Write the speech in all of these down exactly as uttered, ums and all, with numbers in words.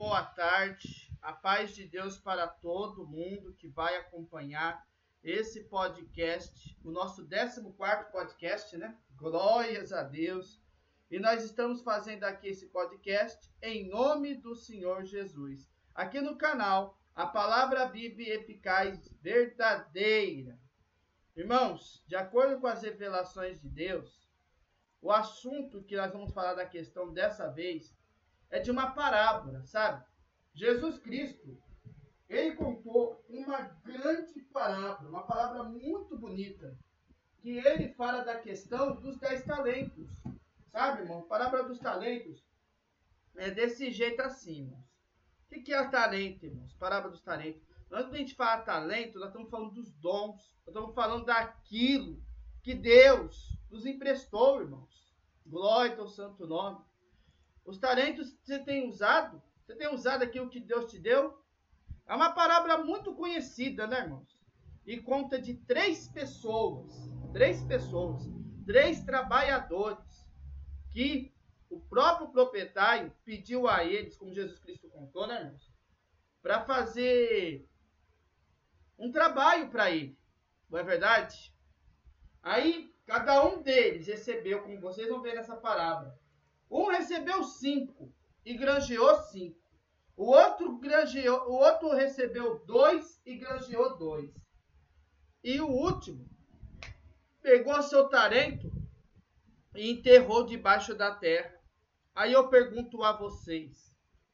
boa tarde, a paz de Deus para todo mundo que vai acompanhar esse podcast, o nosso décimo quarto podcast, né? Glórias a Deus. E nós estamos fazendo aqui esse podcast em nome do Senhor Jesus. Aqui no canal, a palavra vive e eficaz verdadeira. Irmãos, de acordo com as revelações de Deus, o assunto que nós vamos falar da questão dessa vez é de uma parábola, sabe? Jesus Cristo, ele contou uma grande parábola, uma parábola muito bonita, que ele fala da questão dos dez talentos, sabe, irmão? Parábola dos talentos é desse jeito assim, irmãos. O que é talento, irmãos? Parábola dos talentos. Quando a gente fala talento, nós estamos falando dos dons, nós estamos falando daquilo que Deus nos emprestou, irmãos. Glória ao santo nome. Os talentos que você tem usado, você tem usado aquilo que Deus te deu? É uma parábola muito conhecida, né, irmãos? E conta de três pessoas, três pessoas, três trabalhadores, que o próprio proprietário pediu a eles, como Jesus Cristo contou, né, irmãos? Para fazer um trabalho para ele, não é verdade? Aí, cada um deles recebeu, como vocês vão ver nessa parábola, um recebeu cinco e granjeou cinco. O outro, granjeou, o outro recebeu dois e granjeou dois. E o último pegou seu talento e enterrou debaixo da terra. Aí eu pergunto a vocês.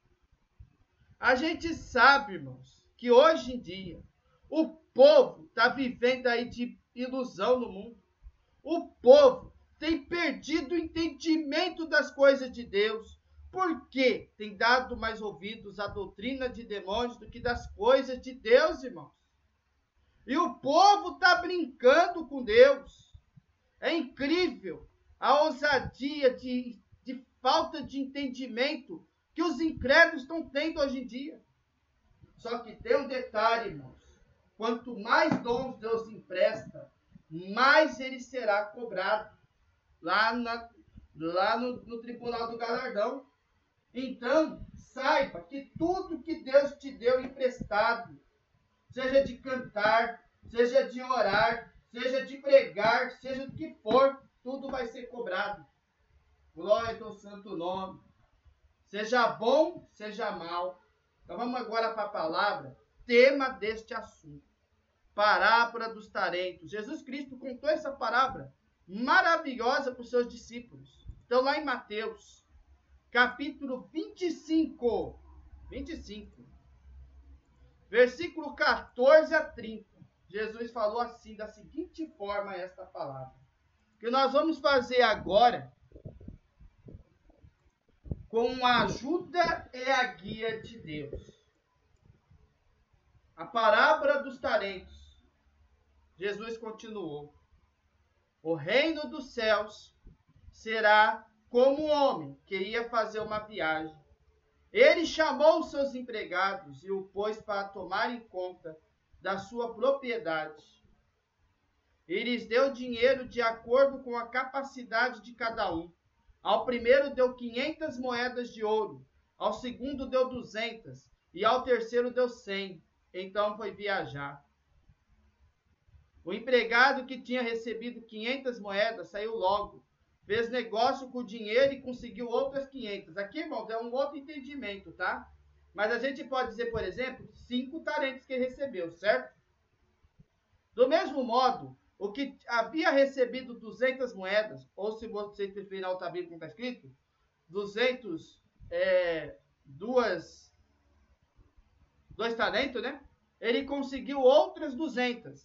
A gente sabe, irmãos, que hoje em dia o povo está vivendo aí de ilusão no mundo. O povo tem perdido o entendimento das coisas de Deus, porque tem dado mais ouvidos à doutrina de demônios do que das coisas de Deus, irmãos. E o povo está brincando com Deus. É incrível a ousadia de, de falta de entendimento que os incrédulos estão tendo hoje em dia. Só que tem um detalhe, irmãos. Quanto mais dons Deus empresta, mais ele será cobrado lá, na, lá no, no tribunal do galardão. Então, saiba que tudo que Deus te deu emprestado, seja de cantar, seja de orar, seja de pregar, seja do que for, tudo vai ser cobrado. Glória ao santo nome. Seja bom, seja mal. Então vamos agora para a palavra, tema deste assunto. Parábola dos talentos. Jesus Cristo contou essa parábola maravilhosa para os seus discípulos. Então lá em Mateus, capítulo vinte e cinco, vinte e cinco, versículo quatorze a trinta, Jesus falou assim, da seguinte forma, esta palavra. O que nós vamos fazer agora, com a ajuda e a guia de Deus. A parábola dos talentos. Jesus continuou. O reino dos céus será como um homem que ia fazer uma viagem. Ele chamou os seus empregados e o pôs para tomarem conta da sua propriedade. E lhes deu dinheiro de acordo com a capacidade de cada um. Ao primeiro deu quinhentas moedas de ouro, ao segundo deu duzentas e ao terceiro deu cem. Então foi viajar. O empregado que tinha recebido quinhentas moedas saiu logo. Fez negócio com o dinheiro e conseguiu outras quinhentas. Aqui, irmãos, é um outro entendimento, tá? Mas a gente pode dizer, por exemplo, cinco talentos que ele recebeu, certo? Do mesmo modo, o que havia recebido duzentas moedas, ou se vocês preferirem na outra Bíblia como está escrito, duzentos, é, duas, dois talentos, né? Ele conseguiu outras duzentas.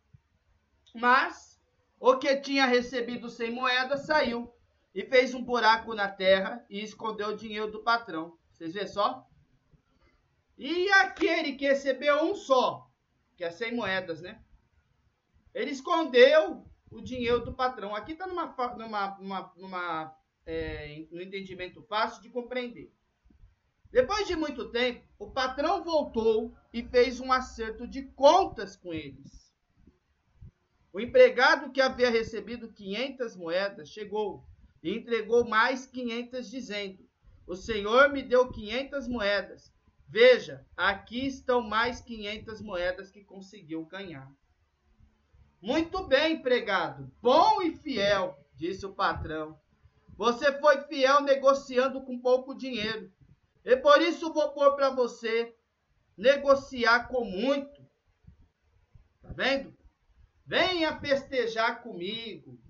Mas o que tinha recebido cem moedas saiu e fez um buraco na terra e escondeu o dinheiro do patrão. Vocês vêem só? E aquele que recebeu um só, que é cem moedas, né? Ele escondeu o dinheiro do patrão. Aqui está numa, numa, numa, numa, é, no entendimento fácil de compreender. Depois de muito tempo, o patrão voltou e fez um acerto de contas com eles. O empregado que havia recebido quinhentas moedas chegou e entregou mais quinhentas, dizendo: O Senhor me deu quinhentas moedas. Veja, aqui estão mais quinhentas moedas que conseguiu ganhar. Muito bem, empregado, bom e fiel, disse o patrão. Você foi fiel negociando com pouco dinheiro. E por isso vou pôr para você negociar com muito. Tá vendo? Venha festejar comigo.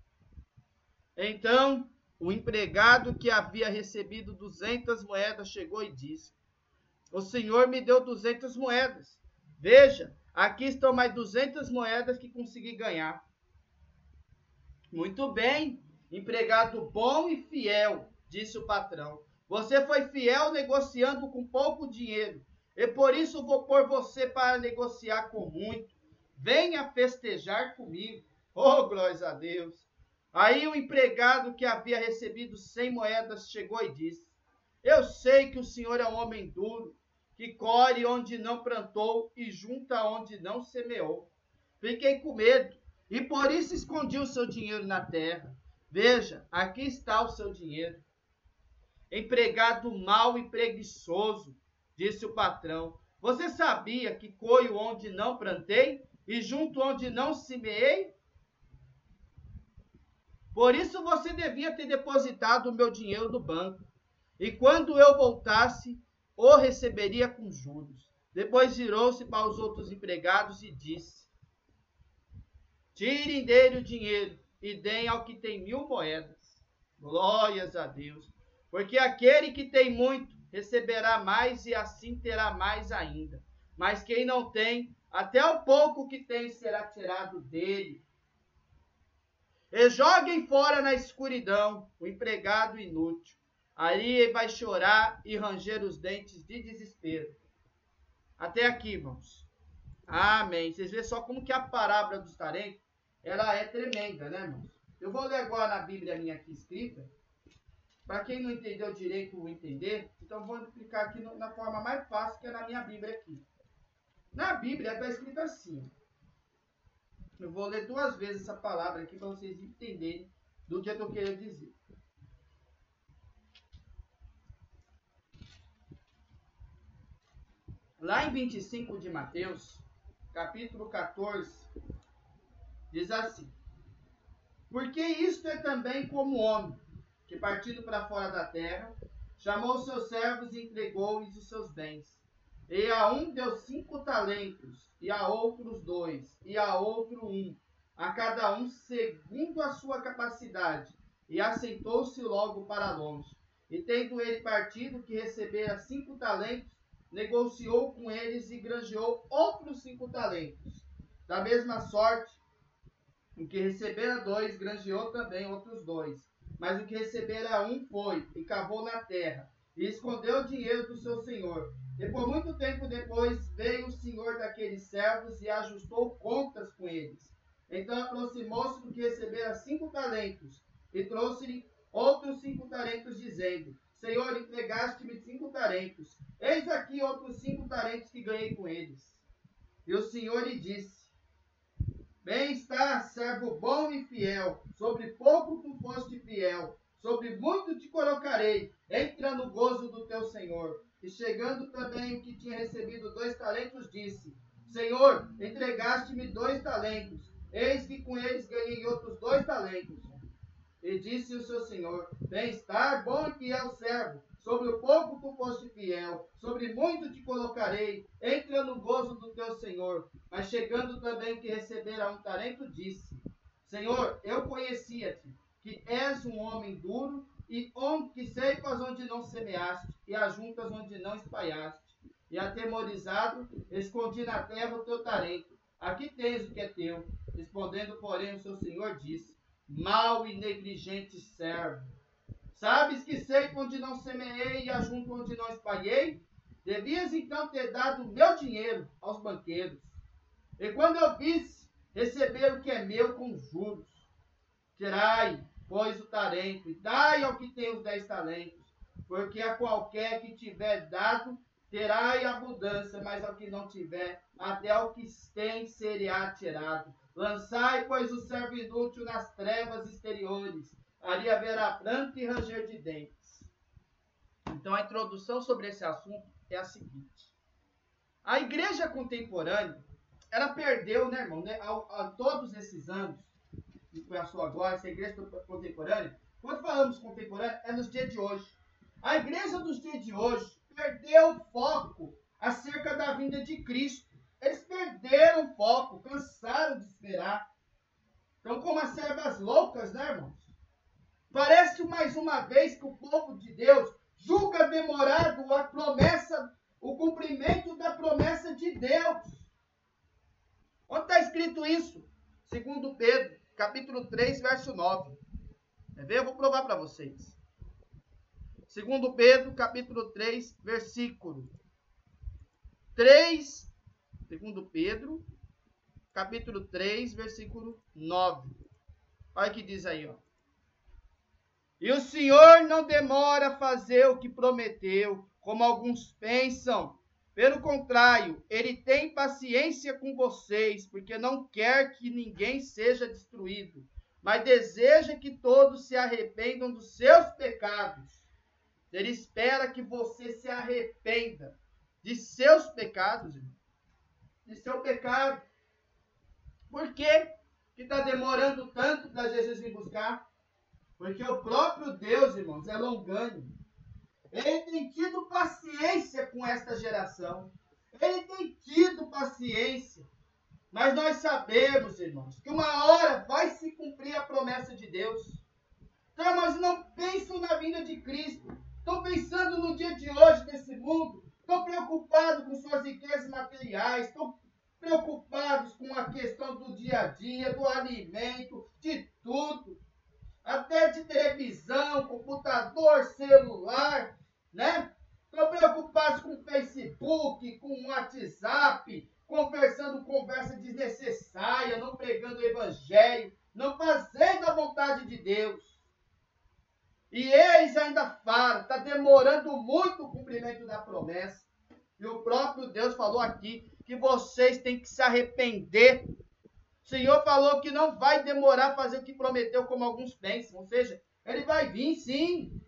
Então, o empregado que havia recebido duzentas moedas chegou e disse: o senhor me deu duzentas moedas. Veja, aqui estão mais duzentas moedas que consegui ganhar. Muito bem, empregado bom e fiel, disse o patrão. Você foi fiel negociando com pouco dinheiro, e por isso vou pôr você para negociar com muito. Venha festejar comigo. Oh, glórias a Deus. Aí o empregado que havia recebido cem moedas chegou e disse: eu sei que o senhor é um homem duro, que colhe onde não plantou e junta onde não semeou. Fiquei com medo e por isso escondi o seu dinheiro na terra. Veja, aqui está o seu dinheiro. Empregado mau e preguiçoso, disse o patrão. Você sabia que colho onde não plantei e junto onde não semeei? Por isso você devia ter depositado o meu dinheiro no banco. E quando eu voltasse, o receberia com juros. Depois virou-se para os outros empregados e disse: tirem dele o dinheiro e deem ao que tem mil moedas. Glórias a Deus. Porque aquele que tem muito receberá mais e assim terá mais ainda. Mas quem não tem, até o pouco que tem será tirado dele. E joguem fora na escuridão o empregado inútil. Ali ele vai chorar e ranger os dentes de desespero. Até aqui, irmãos. Amém. Vocês veem só como que a parábola dos talentos, ela é tremenda, né, irmãos? Eu vou ler agora na Bíblia minha aqui escrita. Para quem não entendeu direito o entender, então vou explicar aqui no, na forma mais fácil, que é na minha Bíblia aqui. Na Bíblia está escrito assim. Eu vou ler duas vezes essa palavra aqui para vocês entenderem do que eu estou querendo dizer. Lá em vinte e cinco de Mateus, capítulo quatorze, diz assim: porque isto é também como o homem, que partindo para fora da terra, chamou seus servos e entregou-lhes os seus bens. E a um deu cinco talentos, e a outros dois, e a outro um, a cada um segundo a sua capacidade, e assentou-se logo para longe. E tendo ele partido, que recebera cinco talentos, negociou com eles e granjeou outros cinco talentos. Da mesma sorte, o que recebera dois, granjeou também outros dois. Mas o que recebera um foi, e cavou na terra, e escondeu o dinheiro do seu senhor. E por muito tempo depois veio o senhor daqueles servos e ajustou contas com eles. Então aproximou-se do que recebera cinco talentos, e trouxe-lhe outros cinco talentos, dizendo: Senhor, entregaste-me cinco talentos. Eis aqui outros cinco talentos que ganhei com eles. E o Senhor lhe disse: bem está, servo bom e fiel. Sobre pouco tu foste fiel, sobre muito te colocarei. Entra no gozo do teu Senhor. E chegando também o que tinha recebido dois talentos, disse: Senhor, entregaste-me dois talentos. Eis que com eles ganhei outros dois talentos. E disse o seu senhor: bem-estar, bom e fiel servo, sobre o pouco tu foste fiel, sobre muito te colocarei, entra no gozo do teu senhor. Mas chegando também o que recebera um talento, disse: Senhor, eu conhecia-te, que és um homem duro, e que ceifas onde não semeaste, e ajuntas onde não espalhaste. E atemorizado, escondi na terra o teu talento. Aqui tens o que é teu. Respondendo, porém, o seu senhor disse: mau e negligente servo, sabes que sei onde não semeei e ajunto onde não espalhei? Devias então ter dado o meu dinheiro aos banqueiros. E quando eu visse receber o que é meu com juros, tirai, pois, o talento, e dai ao que tem os dez talentos, porque a qualquer que tiver dado, terá abundância, mas ao que não tiver, até o que tem será tirado. Lançai, pois, o servo inútil nas trevas exteriores, ali haverá pranto e ranger de dentes. Então, a introdução sobre esse assunto é a seguinte. A igreja contemporânea, ela perdeu, né, irmão, né, ao, a todos esses anos, que foi a sua glória, essa igreja contemporânea. Quando falamos contemporânea, é nos dias de hoje. A igreja dos dias de hoje perdeu o foco acerca da vinda de Cristo. Eles perderam o foco, cansaram de esperar. Então, como as servas loucas, né, irmãos? Parece mais uma vez que o povo de Deus julga demorado a promessa, o cumprimento da promessa de Deus. Onde está escrito isso? Segundo Pedro, capítulo três, verso nove. Quer ver? Eu vou provar para vocês. Segundo Pedro, capítulo três, versículo três. Segundo Pedro, capítulo três, versículo nove. Olha o que diz aí, ó. E o Senhor não demora a fazer o que prometeu, como alguns pensam. Pelo contrário, ele tem paciência com vocês, porque não quer que ninguém seja destruído, mas deseja que todos se arrependam dos seus pecados. Ele espera que você se arrependa de seus pecados, irmão. De seu pecado. Por que que está demorando tanto para Jesus vir buscar? Porque o próprio Deus, irmãos, é longânimo. Ele tem tido paciência com esta geração. Ele tem tido paciência. Mas nós sabemos, irmãos, que uma hora vai se cumprir a promessa de Deus. Então, irmãos, não pensam na vinda de Cristo. Estão pensando no dia de hoje desse mundo. Estão preocupados com suas riquezas materiais. Estão preocupados com a questão do dia a dia, do alimento, de tudo. Até de televisão, computador, celular, né? Estão preocupados com o Facebook, com o WhatsApp, conversando conversa desnecessária, não pregando o evangelho, não fazendo a vontade de Deus. E eles ainda falam, está demorando muito o cumprimento da promessa. E o próprio Deus falou aqui que vocês têm que se arrepender. O Senhor falou que não vai demorar a fazer o que prometeu, como alguns pensam. Ou seja, ele vai vir sim.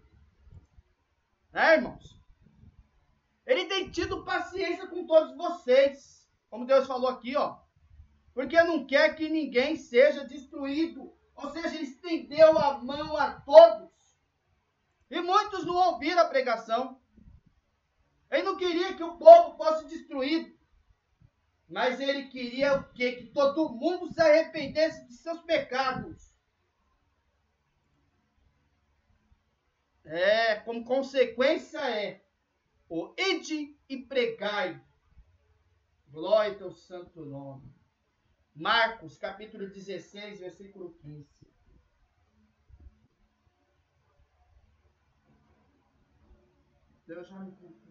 Né, irmãos? Ele tem tido paciência com todos vocês. Como Deus falou aqui, ó. Porque não quer que ninguém seja destruído. Ou seja, ele estendeu a mão a todos. E muitos não ouviram a pregação. Ele não queria que o povo fosse destruído. Mas ele queria o quê? Que todo mundo se arrependesse de seus pecados. É, como consequência é o ide e pregai. Glória ao teu santo nome. Marcos, capítulo dezesseis, versículo quinze. Deus já me cumpriu.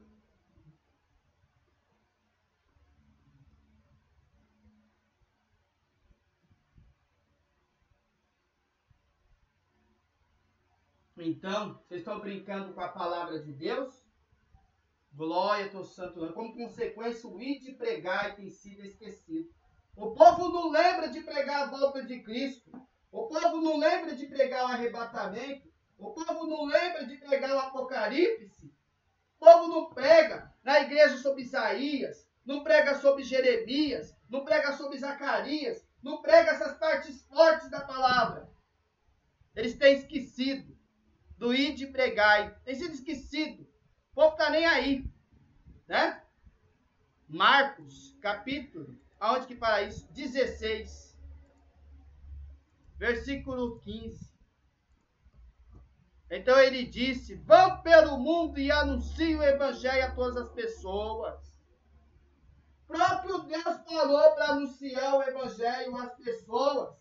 Então, vocês estão brincando com a palavra de Deus? Glória ao teu santo nome. Como consequência, o ir de pregar tem sido esquecido. O povo não lembra de pregar a volta de Cristo. O povo não lembra de pregar o arrebatamento. O povo não lembra de pregar o Apocalipse. O povo não prega na igreja sobre Isaías. Não prega sobre Jeremias. Não prega sobre Zacarias. Não prega essas partes fortes da palavra. Eles têm esquecido do ir de pregar. Tem sido esquecido. O povo está nem aí. Né? Marcos, capítulo, aonde que para isso? dezesseis, versículo quinze. Então ele disse: vão pelo mundo e anunciem o evangelho a todas as pessoas. O próprio Deus falou para anunciar o evangelho às pessoas.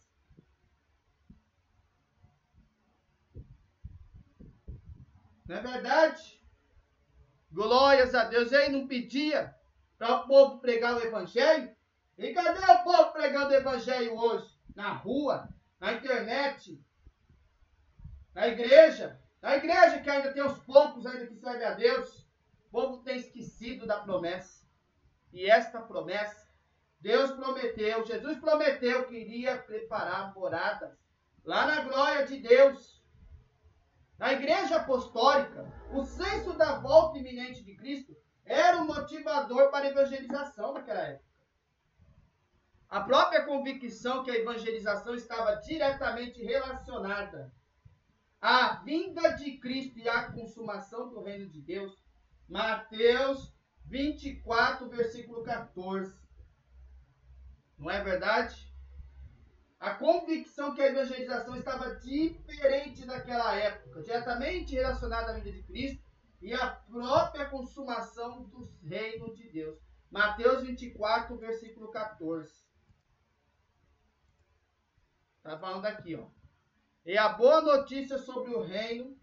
Não é verdade? Glórias a Deus. Ele não pedia para o povo pregar o evangelho? E cadê o povo pregando o evangelho hoje? Na rua, na internet, na igreja. Na igreja que ainda tem os poucos ainda que servem a Deus. O povo tem esquecido da promessa. E esta promessa, Deus prometeu, Jesus prometeu que iria preparar moradas lá na glória de Deus. Na igreja apostólica, o senso da volta iminente de Cristo era um motivador para a evangelização naquela época. A própria convicção que a evangelização estava diretamente relacionada à vinda de Cristo e à consumação do reino de Deus. Mateus vinte e quatro, versículo quatorze. Não é verdade? A convicção que a evangelização estava diferente daquela época, diretamente relacionada à vinda de Cristo e à própria consumação do reino de Deus. Mateus vinte e quatro, versículo quatorze. Está falando aqui, ó. E a boa notícia sobre o reino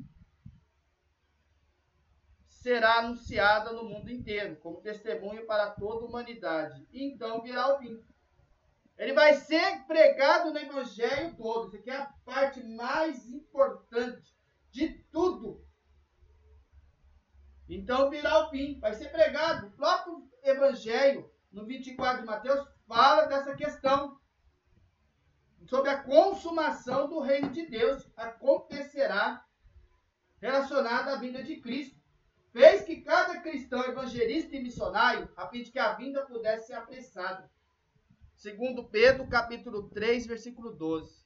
será anunciada no mundo inteiro, como testemunho para toda a humanidade. Então virá o fim. Ele vai ser pregado no evangelho todo. Isso aqui é a parte mais importante de tudo. Então virá o fim. Vai ser pregado. O próprio evangelho, no vinte e quatro de Mateus, fala dessa questão. Sobre a consumação do reino de Deus. Acontecerá relacionada à vinda de Cristo. Fez que cada cristão, evangelista e missionário, a fim de que a vinda pudesse ser apressada. Segundo Pedro, capítulo três, versículo doze.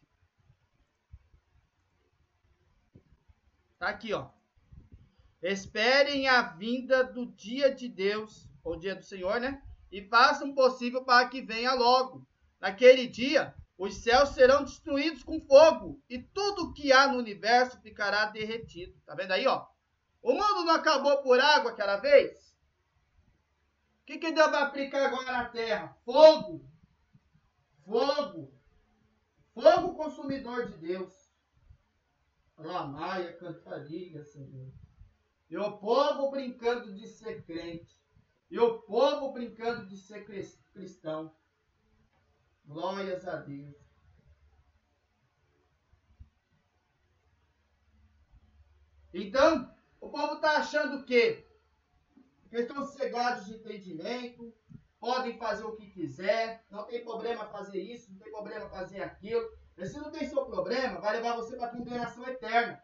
Está aqui, ó. Esperem a vinda do dia de Deus, ou dia do Senhor, né? E façam o possível para que venha logo. Naquele dia, os céus serão destruídos com fogo, e tudo que há no universo ficará derretido. Tá vendo aí, ó? O mundo não acabou por água aquela vez? O que, que Deus vai aplicar agora na terra? Fogo. Fogo. Fogo consumidor de Deus. Lamaia, cantaria, Senhor. E o povo brincando de ser crente. E o povo brincando de ser cristão. Glórias a Deus. Então, o povo está achando o quê? Que estão cegados de entendimento, podem fazer o que quiser, não tem problema fazer isso, não tem problema fazer aquilo. Mas se não tem seu problema, vai levar você para a condenação eterna.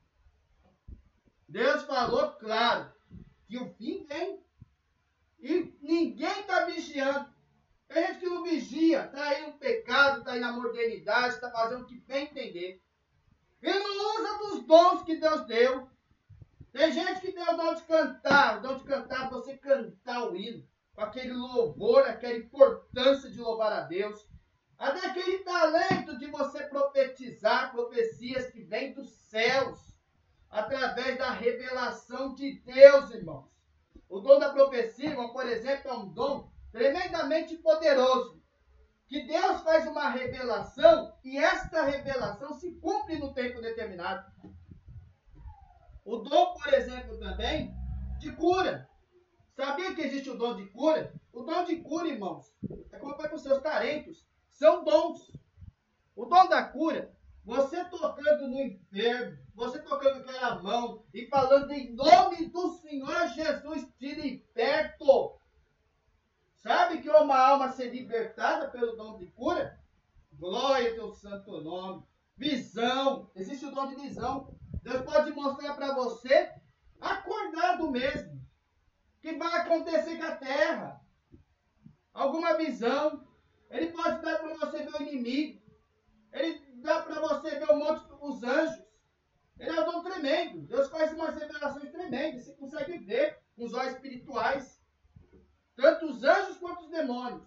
Deus falou claro que o fim vem e ninguém está vigiando. Tem gente que não vigia, está aí no pecado, está aí na modernidade, está fazendo o que bem entender. E não usa dos dons que Deus deu. Tem gente que tem o dom de cantar, o dom de cantar, você cantar o hino, com aquele louvor, aquela importância de louvar a Deus. Até aquele talento de você profetizar profecias que vêm dos céus, através da revelação de Deus, irmãos. O dom da profecia, irmão, por exemplo, é um dom tremendamente poderoso, que Deus faz uma revelação e esta revelação se cumpre no tempo determinado. O dom, por exemplo, também de cura. Sabia que existe o dom de cura? O dom de cura, irmãos, é como foi com os seus talentos, são dons. O dom da cura, você tocando no enfermo, você tocando aquela mão e falando em nome do Senhor Jesus, te liberto. Sabe que é uma alma ser libertada pelo dom de cura? Glória ao teu santo nome. Visão, existe o dom de visão. Deus pode mostrar para você, acordado mesmo, que vai acontecer com a terra. Alguma visão. Ele pode dar para você ver o inimigo. Ele dá para você ver um monte os anjos. Ele é um dom tremendo. Deus faz umas revelações tremendas. Você consegue ver com os olhos espirituais. Tanto os anjos quanto os demônios.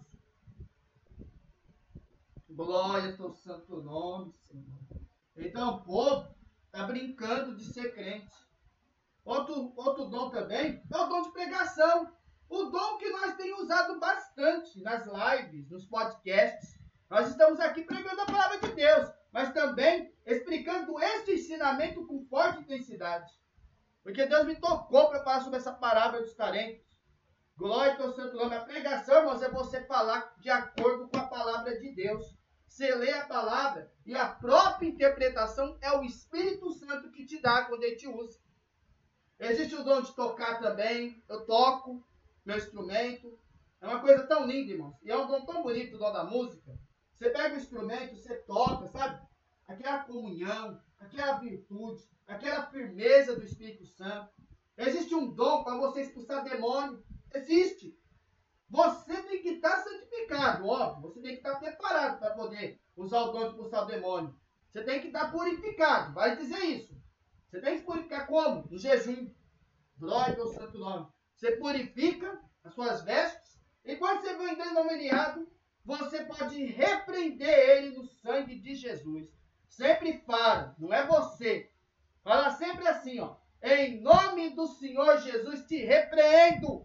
Glória ao teu santo nome, Senhor. Então o povo está brincando de ser crente. Outro, outro dom também é o dom de pregação. O dom que nós temos usado bastante nas lives, nos podcasts. Nós estamos aqui pregando a palavra de Deus, mas também explicando este ensinamento com forte intensidade. Porque Deus me tocou para falar sobre essa parábola dos talentos. Glória ao teu santo nome. A pregação, irmãos, é você falar de acordo com a palavra de Deus. Você lê a palavra e a própria interpretação é o Espírito Santo que te dá quando ele te usa. Existe o dom de tocar também. Eu toco meu instrumento. É uma coisa tão linda, irmãos. E é um dom tão bonito, o dom da música. Você pega o instrumento, você toca, sabe? Aquela comunhão, aquela virtude. aquela firmeza do Espírito Santo. Existe um dom para você expulsar demônio. Existe. Você tem que estar santificado, óbvio. Você tem que estar preparado para poder usar o dom de expulsar o demônio. Você tem que estar purificado. Vai dizer isso. Você tem que se purificar como? No jejum. Glória ao santo nome. Você purifica as suas vestes. E quando você vem endemoniado, você pode repreender ele no sangue de Jesus. Sempre fala, não é você. Fala sempre assim, ó. Em nome do Senhor Jesus te repreendo.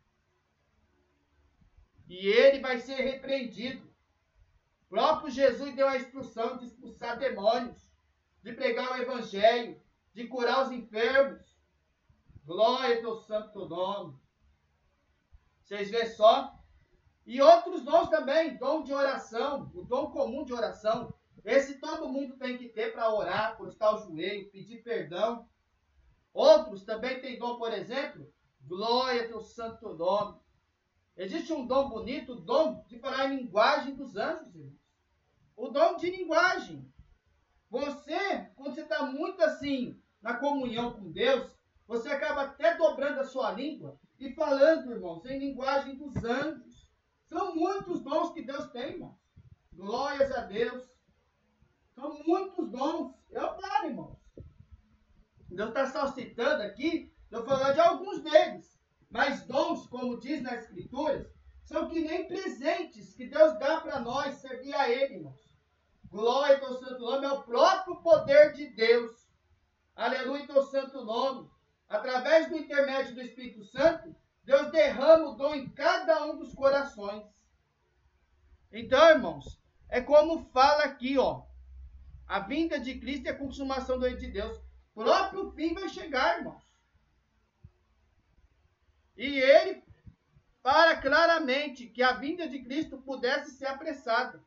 E ele vai ser repreendido. O próprio Jesus deu a instrução de expulsar demônios, de pregar o evangelho, de curar os enfermos. Glória ao teu santo nome. Vocês vêem só? E outros dons também, dom de oração, o dom comum de oração. Esse todo mundo tem que ter para orar, prostrar o joelho, pedir perdão. Outros também têm dom, por exemplo, glória ao teu santo nome. Existe um dom bonito, o dom de falar em linguagem dos anjos, irmãos. O dom de linguagem. Você, quando você está muito assim, na comunhão com Deus, você acaba até dobrando a sua língua e falando, irmãos, em linguagem dos anjos. São muitos dons que Deus tem, irmãos. Glórias a Deus. São muitos dons. Eu falo, irmãos. Deus está só citando aqui, eu falar de alguns deles. Mas dons, como diz nas Escrituras, são que nem presentes que Deus dá para nós servir a Ele, irmãos. Glória ao teu santo nome, é o próprio poder de Deus. Aleluia ao teu santo nome. Através do intermédio do Espírito Santo, Deus derrama o dom em cada um dos corações. Então, irmãos, é como fala aqui, ó. A vinda de Cristo e a consumação do reino de Deus. O próprio fim vai chegar, irmãos. E ele, para claramente que a vinda de Cristo pudesse ser apressada.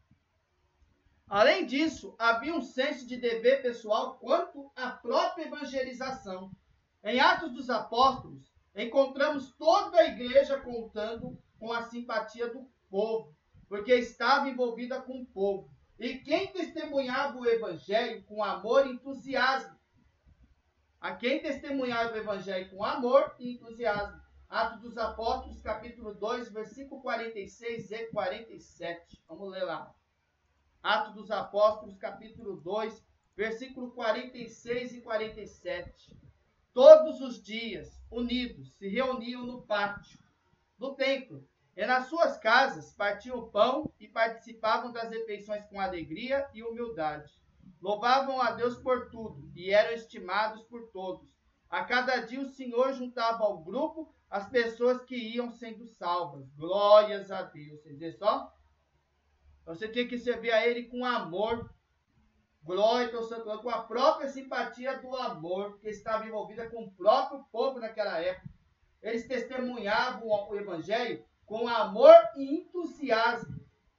Além disso, havia um senso de dever pessoal quanto à própria evangelização. Em Atos dos Apóstolos, encontramos toda a igreja contando com a simpatia do povo, porque estava envolvida com o povo. E quem testemunhava o evangelho com amor e entusiasmo. A quem testemunhava o evangelho com amor e entusiasmo. Atos dos Apóstolos, capítulo dois, versículo quarenta e seis e quarenta e sete. Vamos ler lá. Atos dos Apóstolos, capítulo dois, versículo quarenta e seis e quarenta e sete. Todos os dias, unidos, se reuniam no pátio do templo, e nas suas casas partiam o pão e participavam das refeições com alegria e humildade. Louvavam a Deus por tudo e eram estimados por todos. A cada dia o Senhor juntava ao grupo as pessoas que iam sendo salvas. Glórias a Deus. Você vê só? Você tinha que servir a Ele com amor. Glória ao Santo Nome, com a própria simpatia do amor, que estava envolvida com o próprio povo naquela época. Eles testemunhavam o Evangelho com amor e entusiasmo.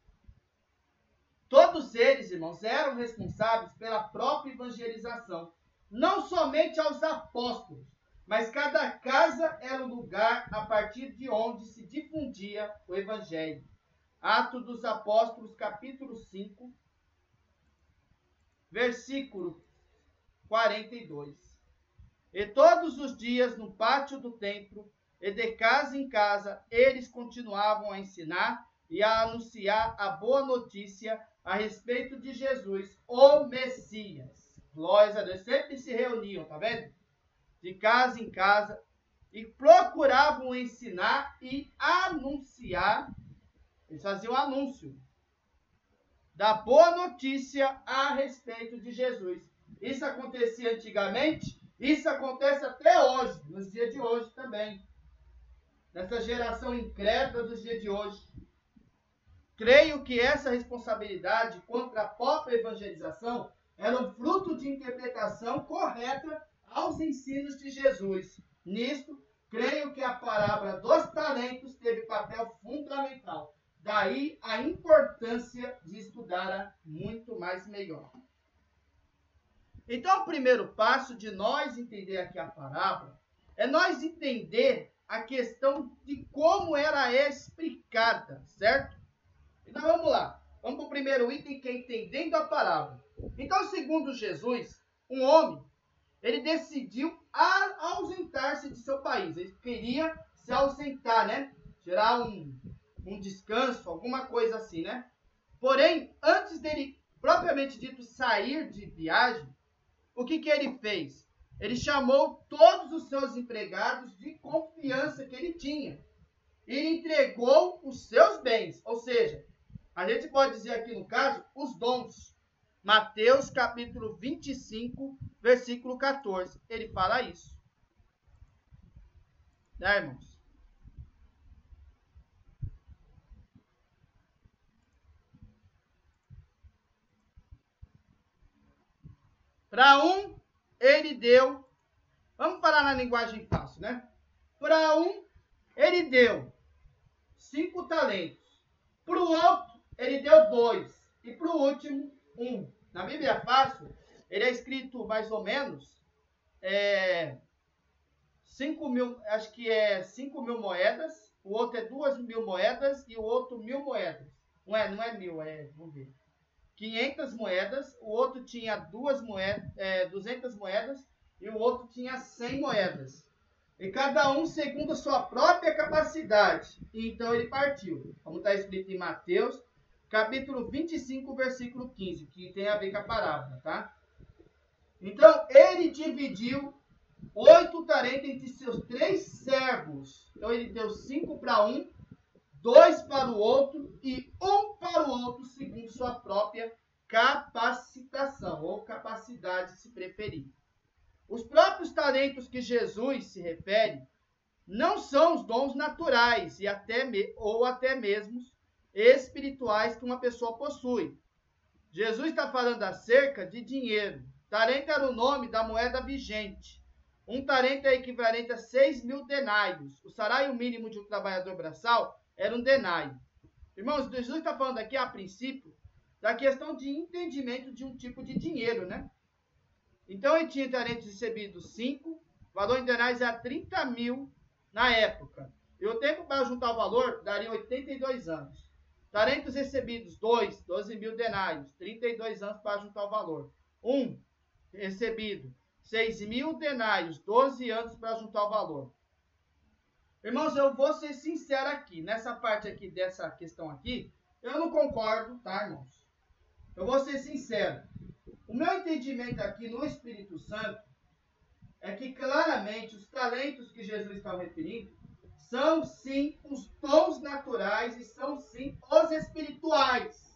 Todos eles, irmãos, eram responsáveis pela própria evangelização. Não somente aos apóstolos, mas cada casa era um lugar a partir de onde se difundia o Evangelho. Atos dos Apóstolos, capítulo cinco, versículo quarenta e dois. E todos os dias no pátio do templo, e de casa em casa, eles continuavam a ensinar e a anunciar a boa notícia a respeito de Jesus, o Messias. Glórias a Deus. Sempre se reuniam, tá vendo? De casa em casa, e procuravam ensinar e anunciar. Eles faziam anúncio da boa notícia a respeito de Jesus. Isso acontecia antigamente, isso acontece até hoje, nos dias de hoje também. Nessa geração incrédula dos dias de hoje. Creio que essa responsabilidade contra a própria evangelização era um fruto de interpretação correta aos ensinos de Jesus. Nisto, creio que a parábola dos talentos teve papel fundamental. Daí a importância de estudar muito mais melhor. Então, o primeiro passo de nós entender aqui a parábola é nós entender a questão de como era explicada, certo? Então, vamos lá. Vamos para o primeiro item, que é entendendo a parábola. Então, segundo Jesus, um homem ele decidiu ausentar-se de seu país. Ele queria se ausentar, né? Tirar um, um descanso, alguma coisa assim, né? Porém, antes dele, propriamente dito, sair de viagem, o que, que ele fez? Ele chamou todos os seus empregados de confiança que ele tinha. Ele entregou os seus bens, ou seja, a gente pode dizer aqui no caso, os dons. Mateus capítulo vinte e cinco, versículo quatorze, ele fala isso. Né, irmãos? Para um, ele deu, vamos falar na linguagem fácil, né? Para um, ele deu cinco talentos. Para o outro, ele deu dois. E para o último, um. Na Bíblia fácil, ele é escrito mais ou menos é, cinco mil, acho que é cinco mil moedas, o outro é duas mil moedas e o outro mil moedas. Não é, não é mil, é, vamos ver. quinhentas moedas, o outro tinha duas moedas, é, duzentas moedas e o outro tinha cem moedas. E cada um segundo a sua própria capacidade. E então ele partiu. Como está escrito em Mateus, capítulo vinte e cinco, versículo quinze, que tem a ver com a parábola, tá? Então, ele dividiu oito talentos entre seus três servos. Então, ele deu cinco para um, dois para o outro e um para o outro, segundo sua própria capacitação, ou capacidade, se preferir. Os próprios talentos que Jesus se refere não são os dons naturais e até me, ou até mesmo espirituais que uma pessoa possui. Jesus está falando acerca de dinheiro. Talento era o nome da moeda vigente. Um talento é equivalente a seis mil denários. O salário mínimo de um trabalhador braçal era um denário. Irmãos, Jesus está falando aqui, a princípio, da questão de entendimento de um tipo de dinheiro, né? Então, ele tinha talentos recebidos cinco, o valor em denários era trinta mil na época. E o tempo para juntar o valor daria oitenta e dois anos. Talentos recebidos dois, doze mil denários, trinta e dois anos para juntar o valor. Um recebido, seis mil denários, doze anos para juntar o valor. Irmãos, eu vou ser sincero aqui, nessa parte aqui, dessa questão aqui, eu não concordo, tá, irmãos? Eu vou ser sincero. O meu entendimento aqui no Espírito Santo é que claramente os talentos que Jesus está referindo são sim os dons naturais e são sim os espirituais,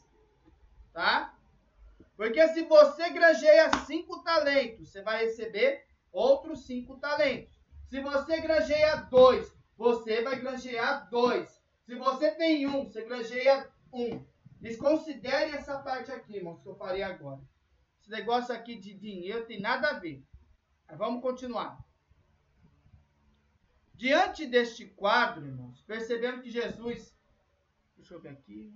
tá? Porque se você granjeia cinco talentos, você vai receber outros cinco talentos. Se você granjeia dois, você vai granjear dois. Se você tem um, você granjeia um. Desconsidere essa parte aqui, irmãos, que eu falei agora. Esse negócio aqui de dinheiro tem nada a ver. Mas vamos continuar. Diante deste quadro, irmãos, percebemos que Jesus... Deixa eu ver aqui...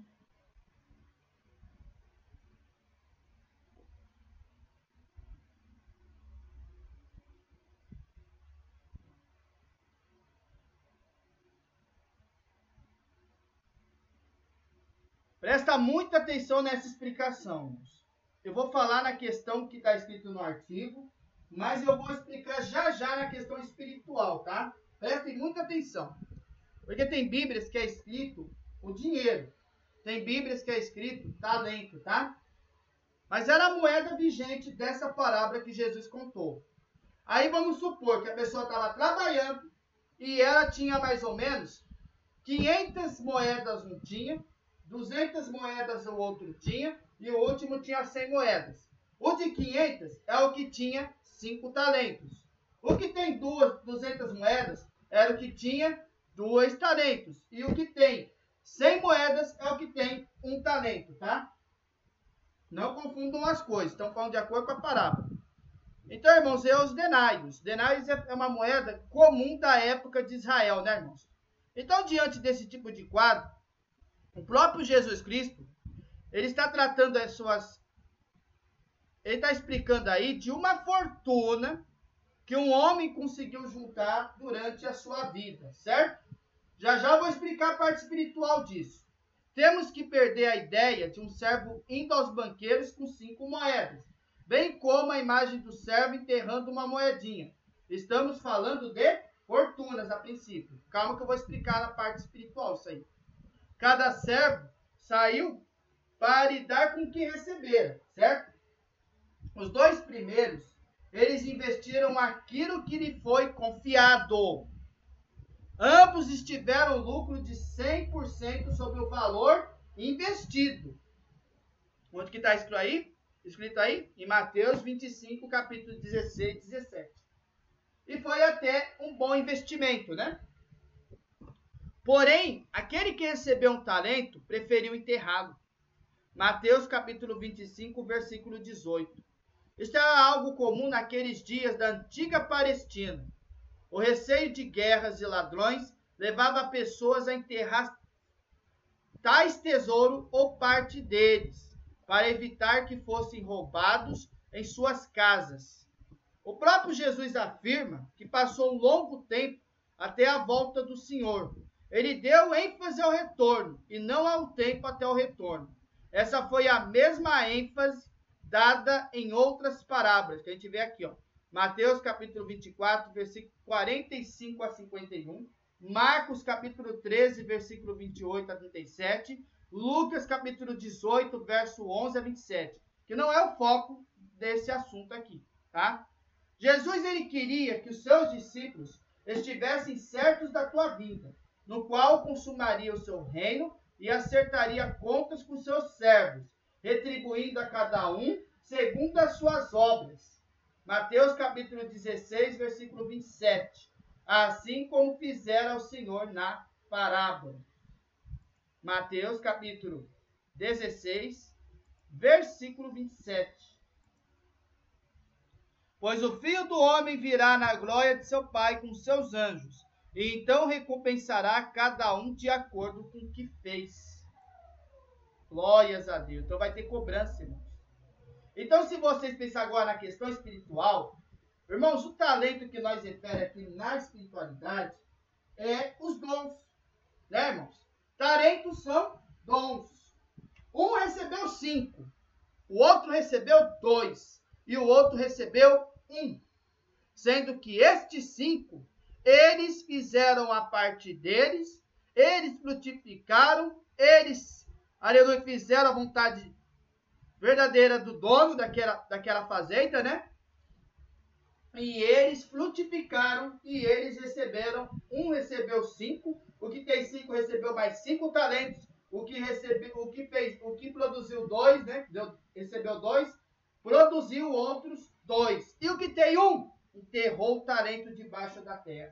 Presta muita atenção nessa explicação. Eu vou falar na questão que está escrito no artigo, mas eu vou explicar já já na questão espiritual, tá? Prestem muita atenção. Porque tem Bíblias que é escrito o dinheiro. Tem Bíblias que é escrito talento, tá? Mas era a moeda vigente dessa parábola que Jesus contou. Aí vamos supor que a pessoa estava trabalhando e ela tinha mais ou menos quinhentas moedas um tinha, duzentas moedas o outro tinha e o último tinha cem moedas. O de quinhentas é o que tinha cinco talentos. O que tem duas, duzentas moedas era o que tinha dois talentos. E o que tem cem moedas é o que tem um talento, tá? Não confundam as coisas, estão falando de acordo com a parábola. Então, irmãos, é os denários. Denários é uma moeda comum da época de Israel, né, irmãos? Então, diante desse tipo de quadro, o próprio Jesus Cristo, ele está tratando as suas... Ele está explicando aí de uma fortuna que um homem conseguiu juntar durante a sua vida, certo? Já já vou explicar a parte espiritual disso. Temos que perder a ideia de um servo indo aos banqueiros com cinco moedas. bem como a imagem do servo enterrando uma moedinha. Estamos falando de fortunas a princípio. Calma que eu vou explicar na parte espiritual isso aí. Cada servo saiu para lidar com o que recebera, certo? Os dois primeiros, eles investiram aquilo que lhe foi confiado. Ambos tiveram lucro de cem por cento sobre o valor investido. Onde que está escrito aí? Escrito aí? Em Mateus vinte e cinco, capítulo dezesseis e dezessete. E foi até um bom investimento, né? Porém, aquele que recebeu um talento, preferiu enterrá-lo. Mateus capítulo vinte e cinco, versículo dezoito. Isto era algo comum naqueles dias da antiga Palestina. O receio de guerras e ladrões levava pessoas a enterrar tais tesouros ou parte deles, para evitar que fossem roubados em suas casas. O próprio Jesus afirma que passou um longo tempo até a volta do Senhor. Ele deu ênfase ao retorno e não ao tempo até o retorno. Essa foi a mesma ênfase dada em outras parábolas, que a gente vê aqui, ó. Mateus capítulo vinte e quatro, versículo quarenta e cinco a cinquenta e um, Marcos capítulo treze, versículo vinte e oito a trinta e sete, Lucas capítulo dezoito, verso onze a vinte e sete, que não é o foco desse assunto aqui, tá? Jesus, ele queria que os seus discípulos estivessem certos da tua vinda, no qual consumaria o seu reino e acertaria contas com seus servos, retribuindo a cada um segundo as suas obras. Mateus capítulo dezesseis, versículo vinte e sete. Assim como fizera o Senhor na parábola. Mateus capítulo dezesseis, versículo vinte e sete. Pois o Filho do Homem virá na glória de seu Pai com seus anjos, e então recompensará cada um de acordo com o que fez. Glórias a Deus. Então vai ter cobrança, irmãos. Então, se vocês pensarem agora na questão espiritual, irmãos, o talento que nós refere aqui na espiritualidade é os dons, né, irmãos? Talentos são dons. Um recebeu cinco, o outro recebeu dois e o outro recebeu um. Sendo que estes cinco, eles fizeram a parte deles, eles frutificaram, eles, aleluia, fizeram a vontade verdadeira do dono daquela, daquela fazenda, né? E eles frutificaram e eles receberam, um recebeu cinco, o que tem cinco recebeu mais cinco talentos, o que recebeu, o que fez, o que produziu dois, né? Deu, recebeu dois, produziu outros dois. E o que tem um, enterrou o talento debaixo da terra.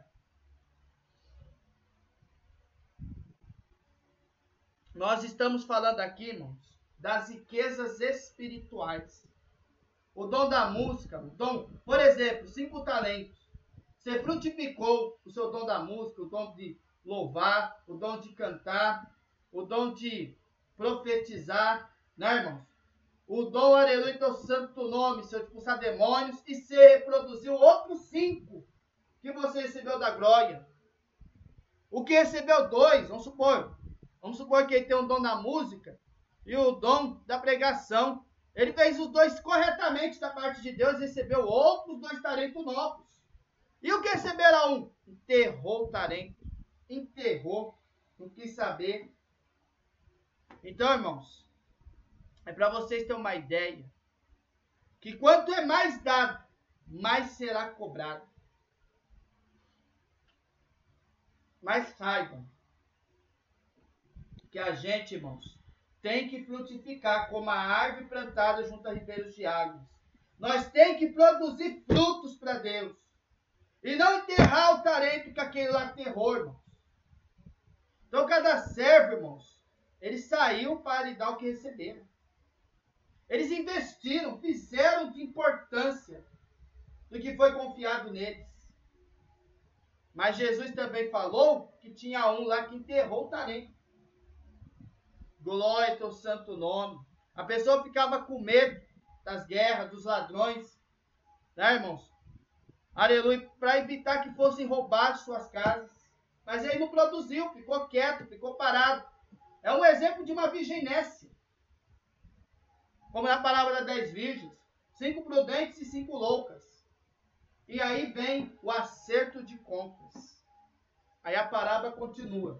Nós estamos falando aqui, irmãos, das riquezas espirituais. O dom da música, o dom, por exemplo, cinco talentos. Você frutificou o seu dom da música, o dom de louvar, o dom de cantar, o dom de profetizar, né, irmãos? O dom, aleluia, teu santo nome, seu expulsar demônios, e você reproduziu outros cinco que você recebeu da glória. O que recebeu dois, vamos supor, vamos supor que ele tem um dom da música e o dom da pregação. Ele fez os dois corretamente da parte de Deus e recebeu outros dois talentos novos. E o que receberá um? Enterrou o talento. Enterrou. Não quis saber. Então, irmãos, é para vocês terem uma ideia que quanto é mais dado, mais será cobrado. Mas saibam que a gente, irmãos, tem que frutificar como a árvore plantada junto a ribeiros de águas. Nós temos que produzir frutos para Deus. E não enterrar o talento que aquele lá enterrou, irmãos. Então, cada servo, irmãos, ele saiu para lhe dar o que receberam. Eles investiram, fizeram de importância do que foi confiado neles. Mas Jesus também falou que tinha um lá que enterrou o talento. Glória ao teu santo nome. A pessoa ficava com medo das guerras, dos ladrões, né, irmãos? Aleluia, para evitar que fossem roubar suas casas. Mas ele não produziu, ficou quieto, ficou parado. É um exemplo de uma virginéssia. Como na palavra das dez virgens. cinco prudentes e cinco loucas. E aí vem o acerto de contas. Aí a parábola continua,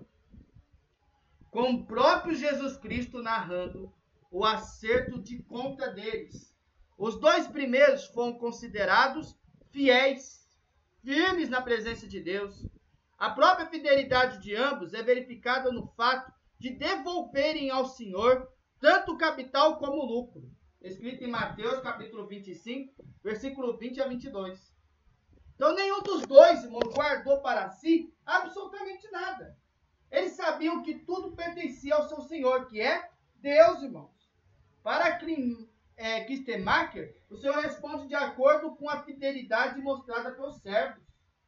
com o próprio Jesus Cristo narrando o acerto de conta deles. Os dois primeiros foram considerados fiéis, firmes na presença de Deus. A própria fidelidade de ambos é verificada no fato de devolverem ao Senhor tanto o capital como o lucro. Escrito em Mateus capítulo vinte e cinco, versículo vinte a vinte e dois. Então nenhum dos dois, irmão, guardou para si absolutamente nada. Eles sabiam que tudo pertencia ao seu Senhor, que é Deus, irmãos. Para é, Kistemacher, o Senhor responde de acordo com a fidelidade mostrada pelos servos.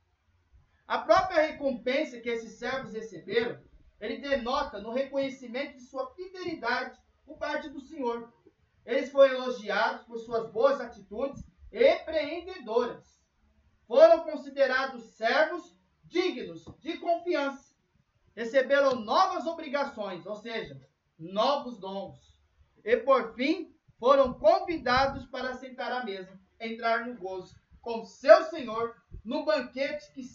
A própria recompensa que esses servos receberam, ele denota no reconhecimento de sua fidelidade por parte do Senhor. Eles foram elogiados por suas boas atitudes empreendedoras. Foram considerados servos dignos de confiança. Receberam novas obrigações, ou seja, novos dons. E por fim, foram convidados para sentar à mesa, entrar no gozo com seu Senhor, no banquete que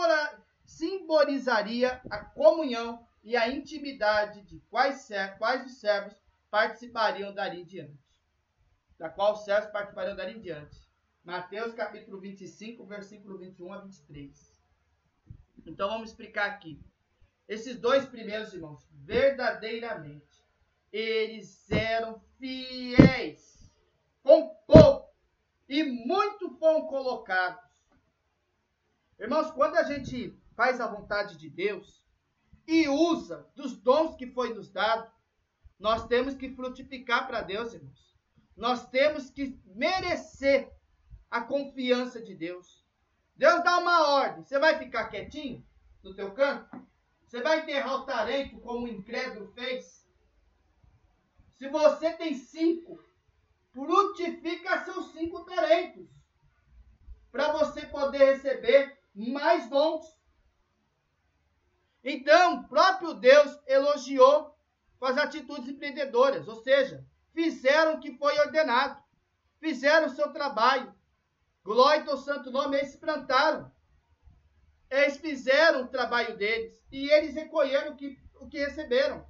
simbolizaria a comunhão e a intimidade de quais, quais os servos participariam dali em diante. Da qual os servos participariam dali em diante. Mateus capítulo vinte e cinco, versículo vinte e um a vinte e três. Então vamos explicar aqui. Esses dois primeiros irmãos, verdadeiramente, eles eram fiéis, com pouco, e muito foram colocados. Irmãos, quando a gente faz a vontade de Deus e usa dos dons que foi nos dado, nós temos que frutificar para Deus, irmãos. Nós temos que merecer a confiança de Deus. Deus dá uma ordem, você vai ficar quietinho no teu canto? Você vai enterrar o talento como o incrédulo fez? Se você tem cinco, frutifica seus cinco talentos, para você poder receber mais dons. Então, o próprio Deus elogiou com as atitudes empreendedoras, ou seja, fizeram o que foi ordenado, fizeram o seu trabalho. Glória ao santo nome, eles se plantaram. Eles fizeram o trabalho deles e eles recolheram o que, o que receberam.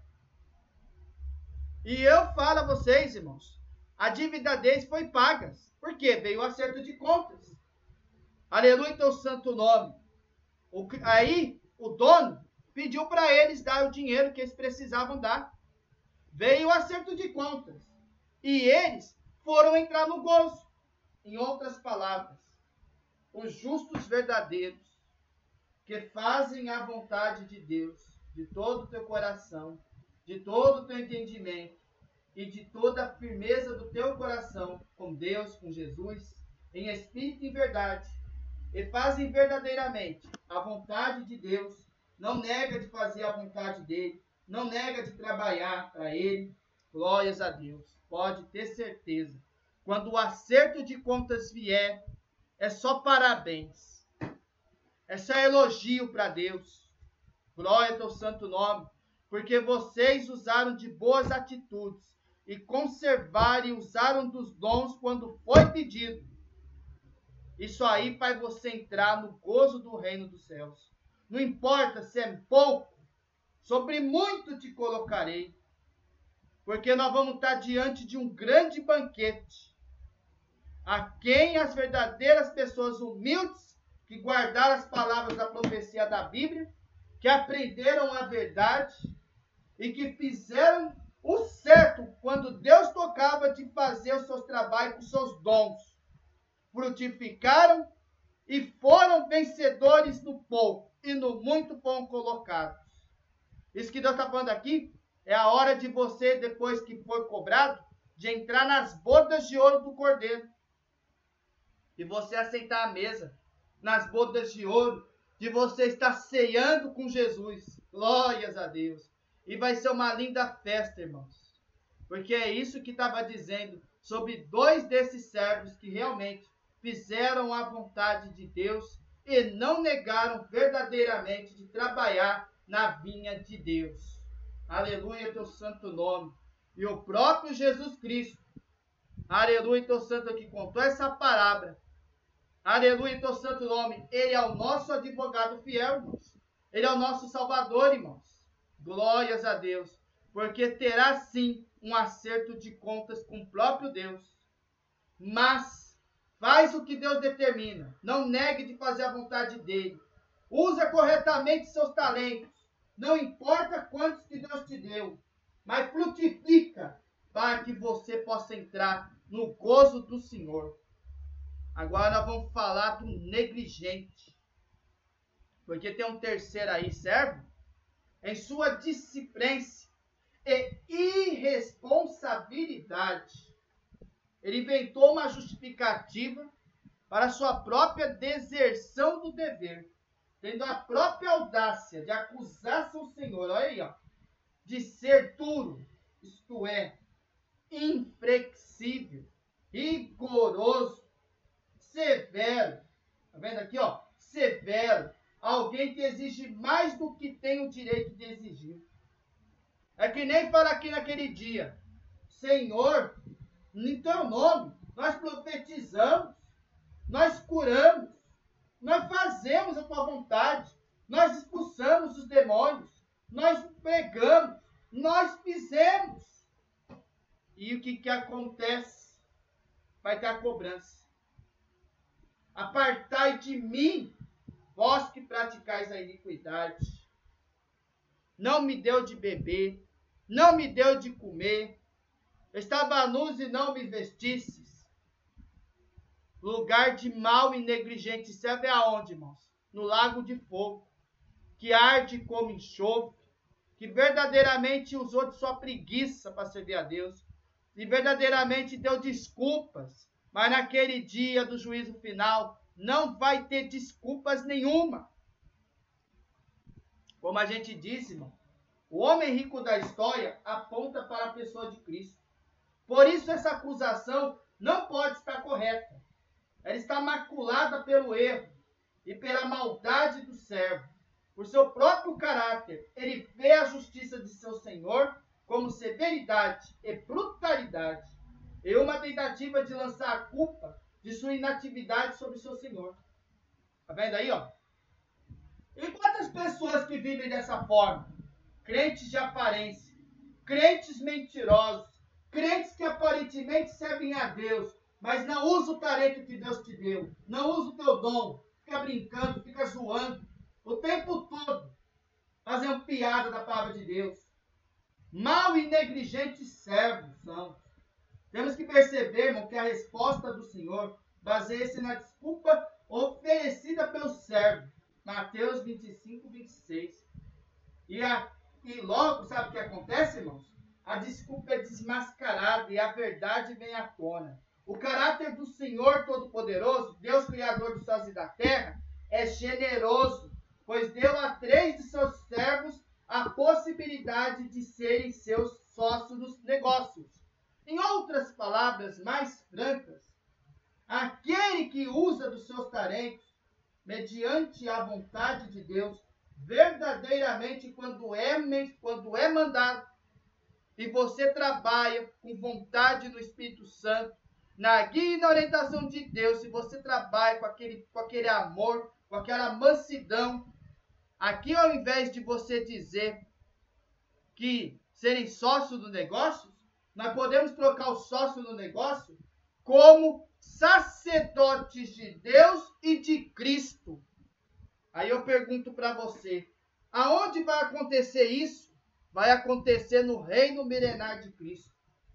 E eu falo a vocês, irmãos, a dívida deles foi paga. Por quê? Veio o acerto de contas. Aleluia ao santo nome. O, aí, o dono pediu para eles dar o dinheiro que eles precisavam dar. Veio o acerto de contas. E eles foram entrar no gozo. Em outras palavras, os justos verdadeiros, que fazem a vontade de Deus, de todo o teu coração, de todo o teu entendimento, e de toda a firmeza do teu coração, com Deus, com Jesus, em espírito e verdade, e fazem verdadeiramente a vontade de Deus, não nega de fazer a vontade dele, não nega de trabalhar para ele, glórias a Deus, pode ter certeza. Quando o acerto de contas vier, é só parabéns. É só elogio para Deus. Glória ao santo nome. Porque vocês usaram de boas atitudes e conservaram e usaram dos dons quando foi pedido. Isso aí faz você entrar no gozo do reino dos céus. Não importa se é pouco, sobre muito te colocarei. Porque nós vamos estar diante de um grande banquete, a quem as verdadeiras pessoas humildes, que guardaram as palavras da profecia da Bíblia, que aprenderam a verdade e que fizeram o certo quando Deus tocava de fazer os seus trabalhos com os seus dons, frutificaram e foram vencedores no pouco e no muito foram colocados. Isso que Deus está falando aqui é a hora de você, depois que for cobrado, de entrar nas bodas de ouro do Cordeiro. E você aceitar a mesa nas bodas de ouro, de você estar ceando com Jesus. Glórias a Deus. E vai ser uma linda festa, irmãos. Porque é isso que estava dizendo sobre dois desses servos que realmente fizeram a vontade de Deus e não negaram verdadeiramente de trabalhar na vinha de Deus. Aleluia, teu santo nome. E o próprio Jesus Cristo, Aleluia, teu santo que contou essa palavra. Aleluia, teu santo nome. Ele é o nosso advogado fiel, irmãos. Ele é o nosso salvador, irmãos. Glórias a Deus. Porque terá sim um acerto de contas com o próprio Deus. Mas faz o que Deus determina. Não negue de fazer a vontade dele. Usa corretamente seus talentos. Não importa quantos que Deus te deu. Mas frutifica para que você possa entrar no gozo do Senhor. Agora nós vamos falar do negligente. Porque tem um terceiro aí, servo. Em sua disciplência e irresponsabilidade, ele inventou uma justificativa para sua própria deserção do dever, tendo a própria audácia de acusar seu senhor, olha aí, ó, de ser duro, isto é, inflexível, rigoroso, severo. Tá vendo aqui, ó? Severo. Alguém que exige mais do que tem o direito de exigir. É que nem fala aqui naquele dia: Senhor, em teu nome, nós profetizamos, nós curamos, nós fazemos a tua vontade, nós expulsamos os demônios, nós pregamos, nós fizemos. E o que, que acontece? Vai ter a cobrança. Apartai de mim, vós que praticais a iniquidade. Não me deu de beber, não me deu de comer. Estava nus e não me vestistes. Lugar de mau e negligente serve aonde, irmãos? No lago de fogo, que arde como enxofre, que verdadeiramente usou de sua preguiça para servir a Deus, e verdadeiramente deu desculpas, mas naquele dia do juízo final, não vai ter desculpas nenhuma. Como a gente disse, irmão, o homem rico da história aponta para a pessoa de Cristo. Por isso essa acusação não pode estar correta. Ela está maculada pelo erro e pela maldade do servo. Por seu próprio caráter, ele vê a justiça de seu Senhor como severidade e brutalidade, e uma tentativa de lançar a culpa de sua inatividade sobre seu Senhor. Tá vendo aí, ó? E quantas pessoas que vivem dessa forma? Crentes de aparência, crentes mentirosos, crentes que aparentemente servem a Deus, mas não usam o talento que Deus te deu, não usam o teu dom, fica brincando, fica zoando, o tempo todo, fazendo piada da palavra de Deus. Mal e negligentes servos são. Temos que perceber, irmão, que a resposta do Senhor baseia-se na desculpa oferecida pelo servo. Mateus vinte e cinco, vinte e seis. E, a, e logo, sabe o que acontece, irmãos? A desculpa é desmascarada e a verdade vem à tona. O caráter do Senhor Todo-Poderoso, Deus Criador dos céus e da terra, é generoso, pois deu a três de seus servos a possibilidade de serem seus sócios nos negócios. Em outras palavras mais francas, aquele que usa dos seus talentos, mediante a vontade de Deus, verdadeiramente quando é, quando é mandado, e você trabalha com vontade no Espírito Santo, na guia e na orientação de Deus, se você trabalha com aquele, com aquele amor, com aquela mansidão, aqui ao invés de você dizer que serem sócios do negócio, nós podemos trocar o sócio no negócio como sacerdotes de Deus e de Cristo. Aí eu pergunto para você, aonde vai acontecer isso? Vai acontecer no reino milenar de Cristo.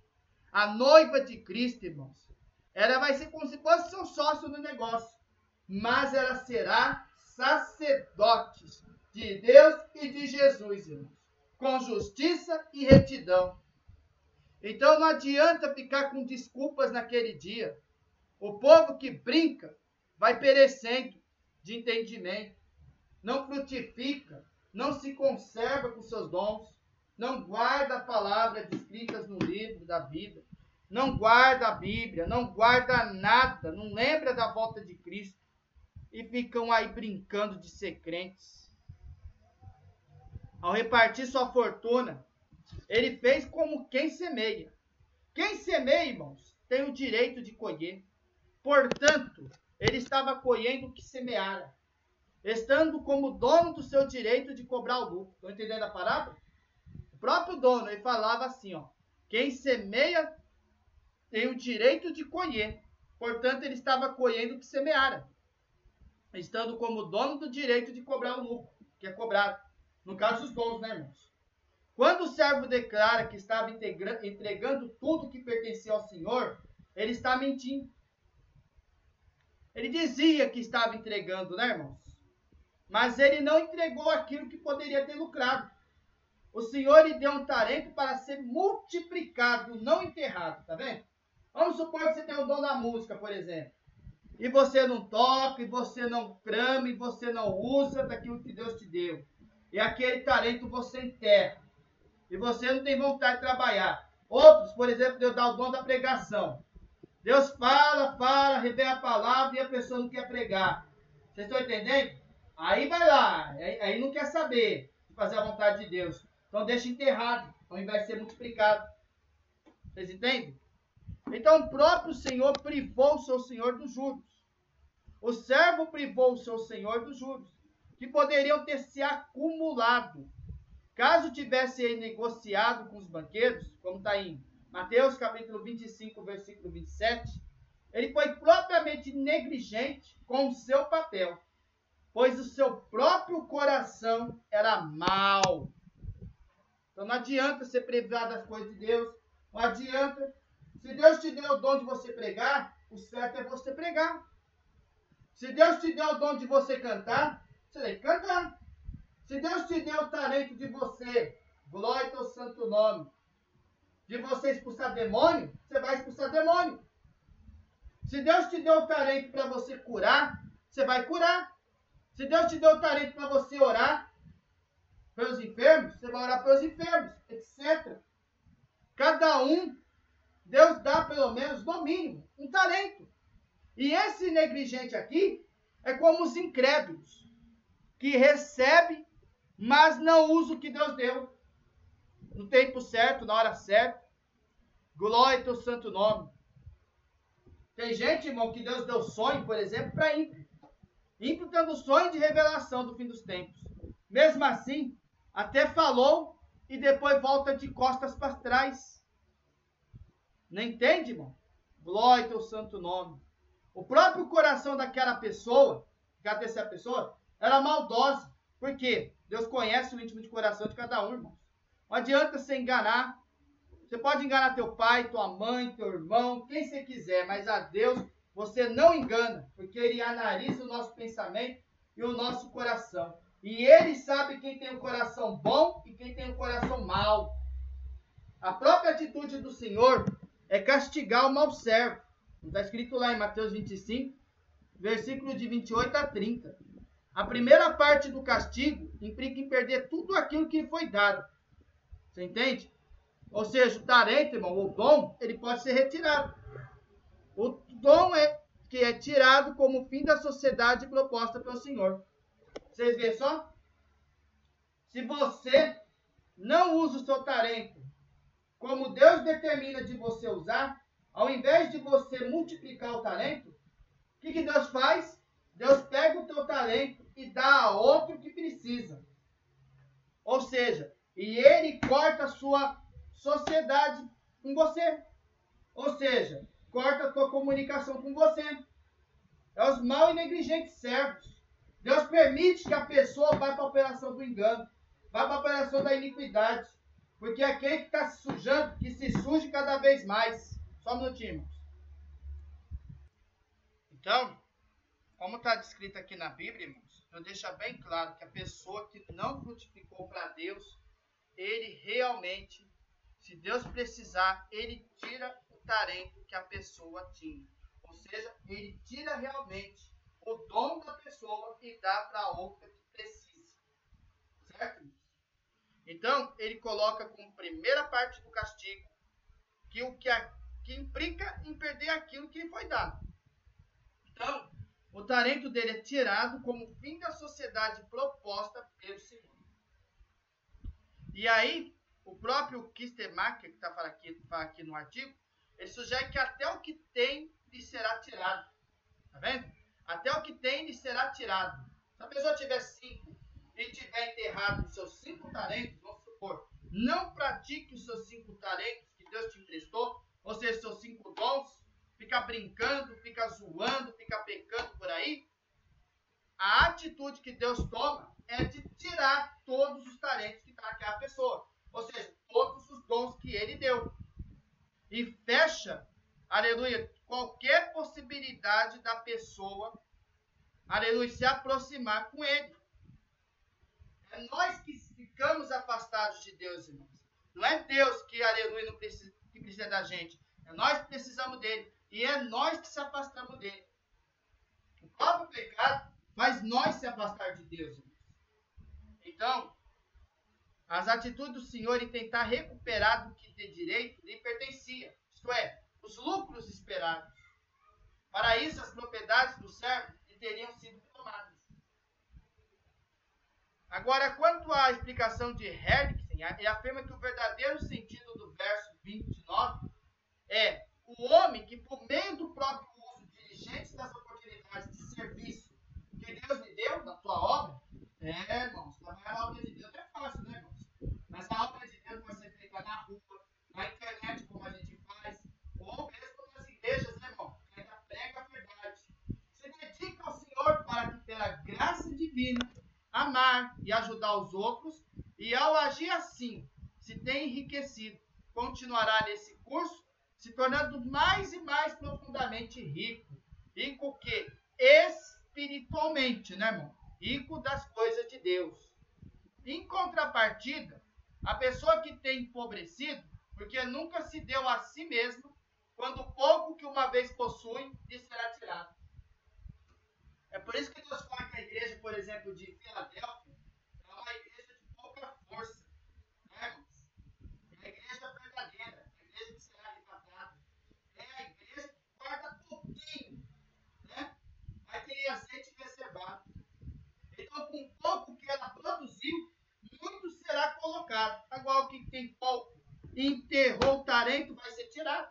A noiva de Cristo, irmãos, ela vai ser como se fosse seu sócio no negócio, mas ela será sacerdotes de Deus e de Jesus, irmãos, com justiça e retidão. Então não adianta ficar com desculpas naquele dia. O povo que brinca vai perecendo de entendimento, não frutifica, não se conserva com seus dons, não guarda a palavra escritas no livro da vida, não guarda a Bíblia, não guarda nada, não lembra da volta de Cristo e ficam aí brincando de ser crentes. Ao repartir sua fortuna, ele fez como quem semeia. Quem semeia, irmãos, tem o direito de colher. Portanto, ele estava colhendo o que semeara, estando como dono do seu direito de cobrar o lucro. Estão entendendo a parábola? O próprio dono, ele falava assim, ó, quem semeia tem o direito de colher. Portanto, ele estava colhendo o que semeara, estando como dono do direito de cobrar o lucro, que é cobrado. No caso dos dons, né, irmãos? Quando o servo declara que estava entregando tudo que pertencia ao Senhor, ele está mentindo. Ele dizia que estava entregando, né, irmãos? Mas ele não entregou aquilo que poderia ter lucrado. O Senhor lhe deu um talento para ser multiplicado, não enterrado, tá vendo? Vamos supor que você tem um dom na música, por exemplo. E você não toca, e você não crame, e você não usa daquilo que Deus te deu. E aquele talento você enterra. E você não tem vontade de trabalhar. Outros, por exemplo, Deus dá o dom da pregação. Deus fala, fala, revela a palavra e a pessoa não quer pregar. Vocês estão entendendo? Aí vai lá, aí, aí não quer saber de fazer a vontade de Deus. Então deixa enterrado, ao invés de ser multiplicado. Vocês entendem? Então o próprio Senhor privou o seu senhor dos juros. O servo privou o seu senhor dos juros, que poderiam ter se acumulado. Caso tivesse ele negociado com os banqueiros, como está em Mateus capítulo vinte e cinco, versículo vinte e sete, ele foi propriamente negligente com o seu papel, pois o seu próprio coração era mau. Então não adianta ser privado das coisas de Deus, não adianta. Se Deus te deu o dom de você pregar, o certo é você pregar. Se Deus te deu o dom de você cantar, você tem que cantar. Se Deus te deu o talento de você, glória ao teu santo nome, de você expulsar demônio, você vai expulsar demônio. Se Deus te deu o talento para você curar, você vai curar. Se Deus te deu o talento para você orar pelos enfermos, você vai orar pelos enfermos, etcétera. Cada um, Deus dá pelo menos, no mínimo, um talento. E esse negligente aqui é como os incrédulos, que recebe, mas não usa o que Deus deu. No tempo certo, na hora certa. Glória ao teu santo nome. Tem gente, irmão, que Deus deu sonho, por exemplo, para ímpio. Ímpio tendo sonho de revelação do fim dos tempos. Mesmo assim, até falou e depois volta de costas para trás. Não entende, irmão? Glória ao teu santo nome. O próprio coração daquela pessoa, daquela terceira pessoa, era maldosa. Por quê? Deus conhece o íntimo de coração de cada um, irmão. Não adianta você enganar. Você pode enganar teu pai, tua mãe, teu irmão, quem você quiser, mas a Deus você não engana, porque Ele analisa o nosso pensamento e o nosso coração. E Ele sabe quem tem um coração bom e quem tem um coração mau. A própria atitude do Senhor é castigar o mau servo. Está escrito lá em Mateus vinte e cinco, versículo de vinte e oito a trinta. A primeira parte do castigo implica em perder tudo aquilo que lhe foi dado. Você entende? Ou seja, o talento, irmão, o dom, ele pode ser retirado. O dom é que é tirado como fim da sociedade proposta pelo Senhor. Vocês veem só? Se você não usa o seu talento como Deus determina de você usar, ao invés de você multiplicar o talento, o que, que Deus faz? Deus pega o teu talento e dá a outro que precisa. Ou seja, e Ele corta a sua sociedade com você. Ou seja, corta a tua comunicação com você. É os mal e negligentes servos. Deus permite que a pessoa vá para a operação do engano, vá para a operação da iniquidade. Porque é aquele que está se sujando, que se suje cada vez mais. Só um minutinho, irmãos. Então, como está descrito aqui na Bíblia, irmãos, eu deixo bem claro que a pessoa que não frutificou para Deus, ele realmente, se Deus precisar, ele tira o talento que a pessoa tinha. Ou seja, ele tira realmente o dom da pessoa e dá para outra que precisa. Certo? Então, ele coloca como primeira parte do castigo que o que, a, que implica em perder aquilo que lhe foi dado. Então, o talento dele é tirado como fim da sociedade proposta pelo Senhor. E aí, o próprio Kistemacher, que está falando aqui, fala aqui no artigo, ele sugere que até o que tem lhe será tirado. Tá vendo? Até o que tem lhe será tirado. Se a pessoa tiver cinco e tiver enterrado os seus cinco talentos, vamos supor, não pratique os seus cinco talentos que Deus te emprestou, ou seja, seus cinco dons, fica brincando, fica zoando, fica pecando por aí, a atitude que Deus toma é de tirar todos os talentos que está naquela pessoa. Ou seja, todos os dons que ele deu. E fecha, aleluia, qualquer possibilidade da pessoa, aleluia, se aproximar com ele. É nós que ficamos afastados de Deus, irmãos. Não é Deus que, aleluia, não precisa, que precisa da gente. É nós que precisamos dele. E é nós que se afastamos dele. O próprio pecado faz nós se afastar de Deus, irmãos. Então, as atitudes do Senhor em tentar recuperar do que de direito lhe pertencia. Isto é, os lucros esperados. Para isso, as propriedades do servo lhe teriam sido tomadas. Agora, quanto à explicação de Herriksen, ele afirma que o verdadeiro sentido do verso vinte e nove é o homem que, por meio do próprio uso diligente das oportunidades de serviço que Deus lhe deu na sua obra, é, irmãos, trabalhar a obra de Deus é fácil, né, irmãos? Mas a obra de Deus pode ser feita na rua, na internet, como a gente faz, ou mesmo nas igrejas, né, irmão? Que ainda prega a verdade. Se dedica ao Senhor para que, pela graça divina, amar e ajudar os outros, e ao agir assim, se tem enriquecido, continuará nesse curso, se tornando mais e mais profundamente rico. Rico o quê? Espiritualmente, né, irmão? Rico das coisas de Deus. Em contrapartida, a pessoa que tem empobrecido, porque nunca se deu a si mesmo, quando o pouco que uma vez possui lhe será tirado. É por isso que Deus fala que a igreja, por exemplo, de Filadélfia, é uma igreja de pouca força. Né, irmãos? É a igreja verdadeira, a igreja que será arrebatada. É a igreja que guarda pouquinho, né? Vai ter azeite reservado. Então, com pouco que ela produziu, muito será colocado. Agora, o que tem pouco e enterrou o talento vai ser tirado.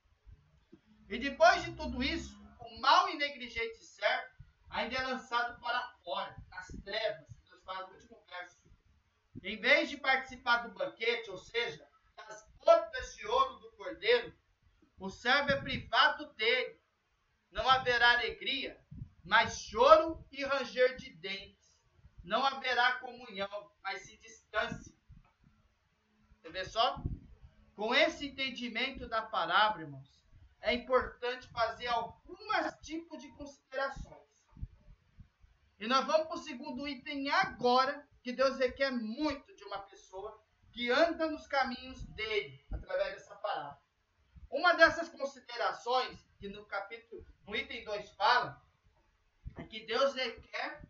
E depois de tudo isso, o mau e negligente servo ainda é lançado para fora, nas trevas, que Deus fala no último verso. Em vez de participar do banquete, ou seja, das bodas de ouro do cordeiro, o servo é privado dele. Não haverá alegria, mas choro e ranger de dentes. Não haverá comunhão, mas se distância. Você vê só? Com esse entendimento da parábola, irmãos, é importante fazer alguns tipos de considerações. E nós vamos para o segundo item agora, que Deus requer muito de uma pessoa que anda nos caminhos dele, através dessa parábola. Uma dessas considerações, que no capítulo, no item dois fala, é que Deus requer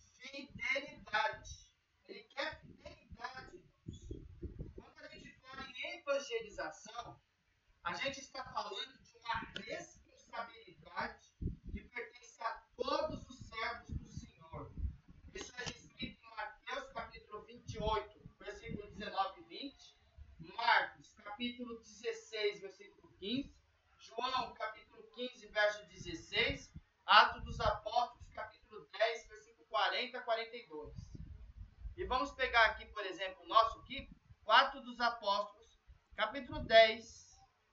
fidelidade. Ele quer fidelidade, irmãos. Quando a gente fala em evangelização, a gente está falando de uma responsabilidade que pertence a todos os servos do Senhor. Isso é escrito em Mateus capítulo vinte e oito, versículo dezenove e vinte, Marcos capítulo dezesseis, versículo quinze, João capítulo quinze, verso dezesseis, Atos dos Apóstolos capítulo dez, versículo quarenta a quarenta e dois. E vamos pegar aqui, por exemplo, o nosso aqui, o Atos dos Apóstolos, capítulo dez,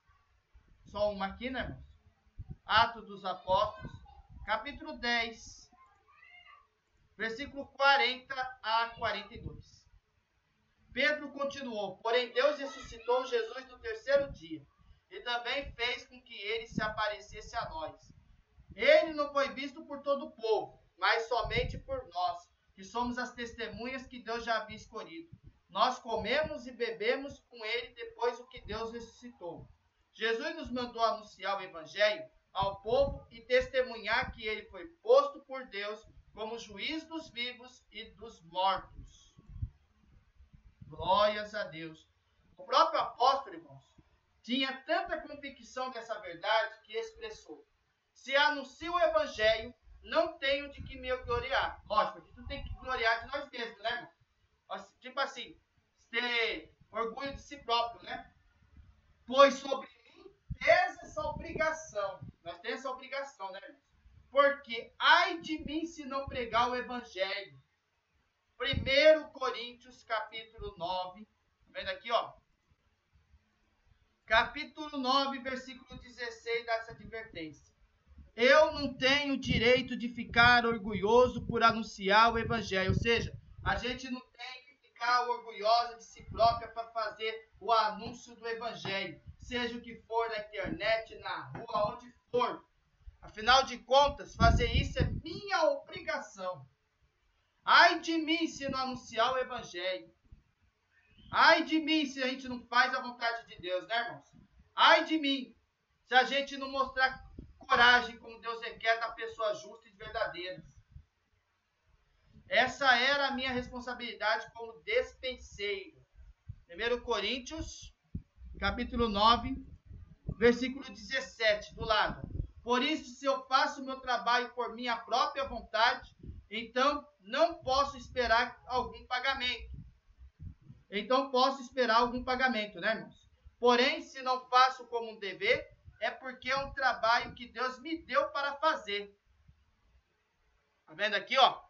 só uma aqui, né, irmãos? Atos dos Apóstolos, capítulo dez, versículo quarenta a quarenta e dois. Pedro continuou: porém Deus ressuscitou Jesus no terceiro dia, e também fez com que ele se aparecesse a nós. Ele não foi visto por todo o povo, mas somente por nós, que somos as testemunhas que Deus já havia escolhido. Nós comemos e bebemos com ele depois do que Deus ressuscitou. Jesus nos mandou anunciar o evangelho ao povo e testemunhar que ele foi posto por Deus como juiz dos vivos e dos mortos. Glórias a Deus. O próprio apóstolo, irmãos, tinha tanta convicção dessa verdade que expressou: se anuncio o evangelho, não tenho de que me gloriar. Lógico, a gente não tem que gloriar de nós mesmos, né, irmão? Tipo assim, ter orgulho de si próprio, né? Pois sobre mim pesa obrigação. Nós temos essa obrigação, né, irmãos? Porque ai de mim se não pregar o evangelho. primeiro Coríntios, capítulo nove. Tá vendo aqui, ó? Capítulo nove, versículo dezesseis, dá essa advertência. Eu não tenho direito de ficar orgulhoso por anunciar o evangelho. Ou seja, a gente não tem que ficar orgulhosa de si própria para fazer o anúncio do evangelho. Seja o que for, na internet, na rua, onde for. Afinal de contas, fazer isso é minha obrigação. Ai de mim se não anunciar o evangelho. Ai de mim se a gente não faz a vontade de Deus, né, irmãos? Ai de mim se a gente não mostrar coragem como Deus requer da pessoa justa e verdadeira. Essa era a minha responsabilidade como despenseiro. primeiro Coríntios, capítulo nove, versículo dezessete, do lado. Por isso, se eu faço o meu trabalho por minha própria vontade, então não posso esperar algum pagamento. Então posso esperar algum pagamento, né, irmãos? Porém, se não faço como um dever, é porque é um trabalho que Deus me deu para fazer. Tá vendo aqui, ó?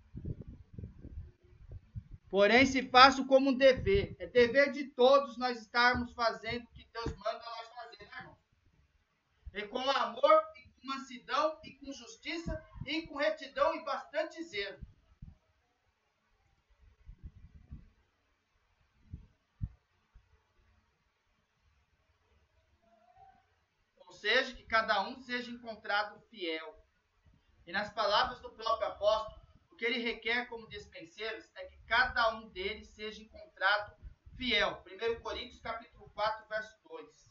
Porém, se faço como um dever, é dever de todos nós estarmos fazendo o que Deus manda nós fazer, né, irmão? E com amor, e com mansidão, e com justiça, e com retidão e bastante zelo. Ou seja, que cada um seja encontrado fiel. E nas palavras do próprio apóstolo, o que ele requer como dispenseiros é que cada um deles seja encontrado fiel. primeiro Coríntios, capítulo quatro, verso dois.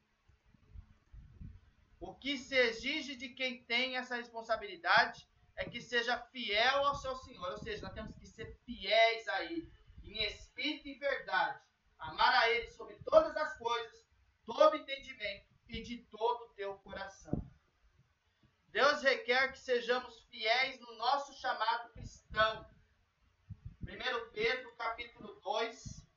O que se exige de quem tem essa responsabilidade é que seja fiel ao seu Senhor. Ou seja, nós temos que ser fiéis a Ele, em espírito e verdade. Amar a Ele sobre todas as coisas, todo entendimento e de todo o teu coração. Deus requer que sejamos fiéis no nosso chamado cristão. primeiro Pedro, capítulo dois,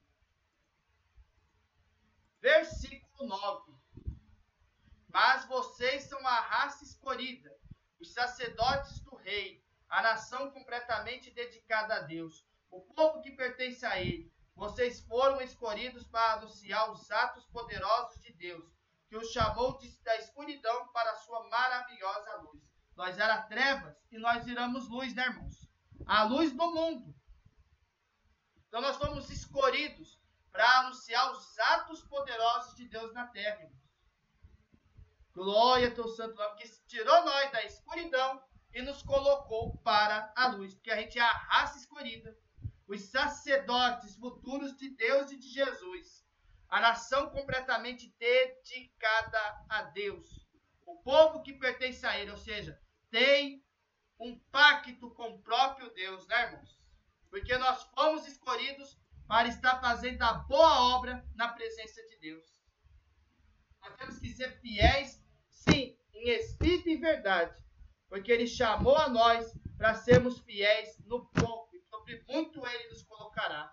versículo nove. Mas vocês são a raça escolhida, os sacerdotes do rei, a nação completamente dedicada a Deus, o povo que pertence a Ele. Vocês foram escolhidos para anunciar os atos poderosos de Deus, que os chamou de, da escuridão para a sua maravilhosa luz. Nós era trevas e nós viramos luz, né, irmãos? A luz do mundo. Então nós fomos escolhidos para anunciar os atos poderosos de Deus na terra, irmãos. Glória ao teu santo nome, que tirou nós da escuridão e nos colocou para a luz. Porque a gente é a raça escolhida, os sacerdotes futuros de Deus e de Jesus. A nação completamente dedicada a Deus. O povo que pertence a Ele, ou seja, tem um pacto com o próprio Deus, né, irmãos? Porque nós fomos escolhidos para estar fazendo a boa obra na presença de Deus. Nós temos que ser fiéis, sim, em espírito e verdade, porque Ele chamou a nós para sermos fiéis no pouco, e sobre muito Ele nos colocará.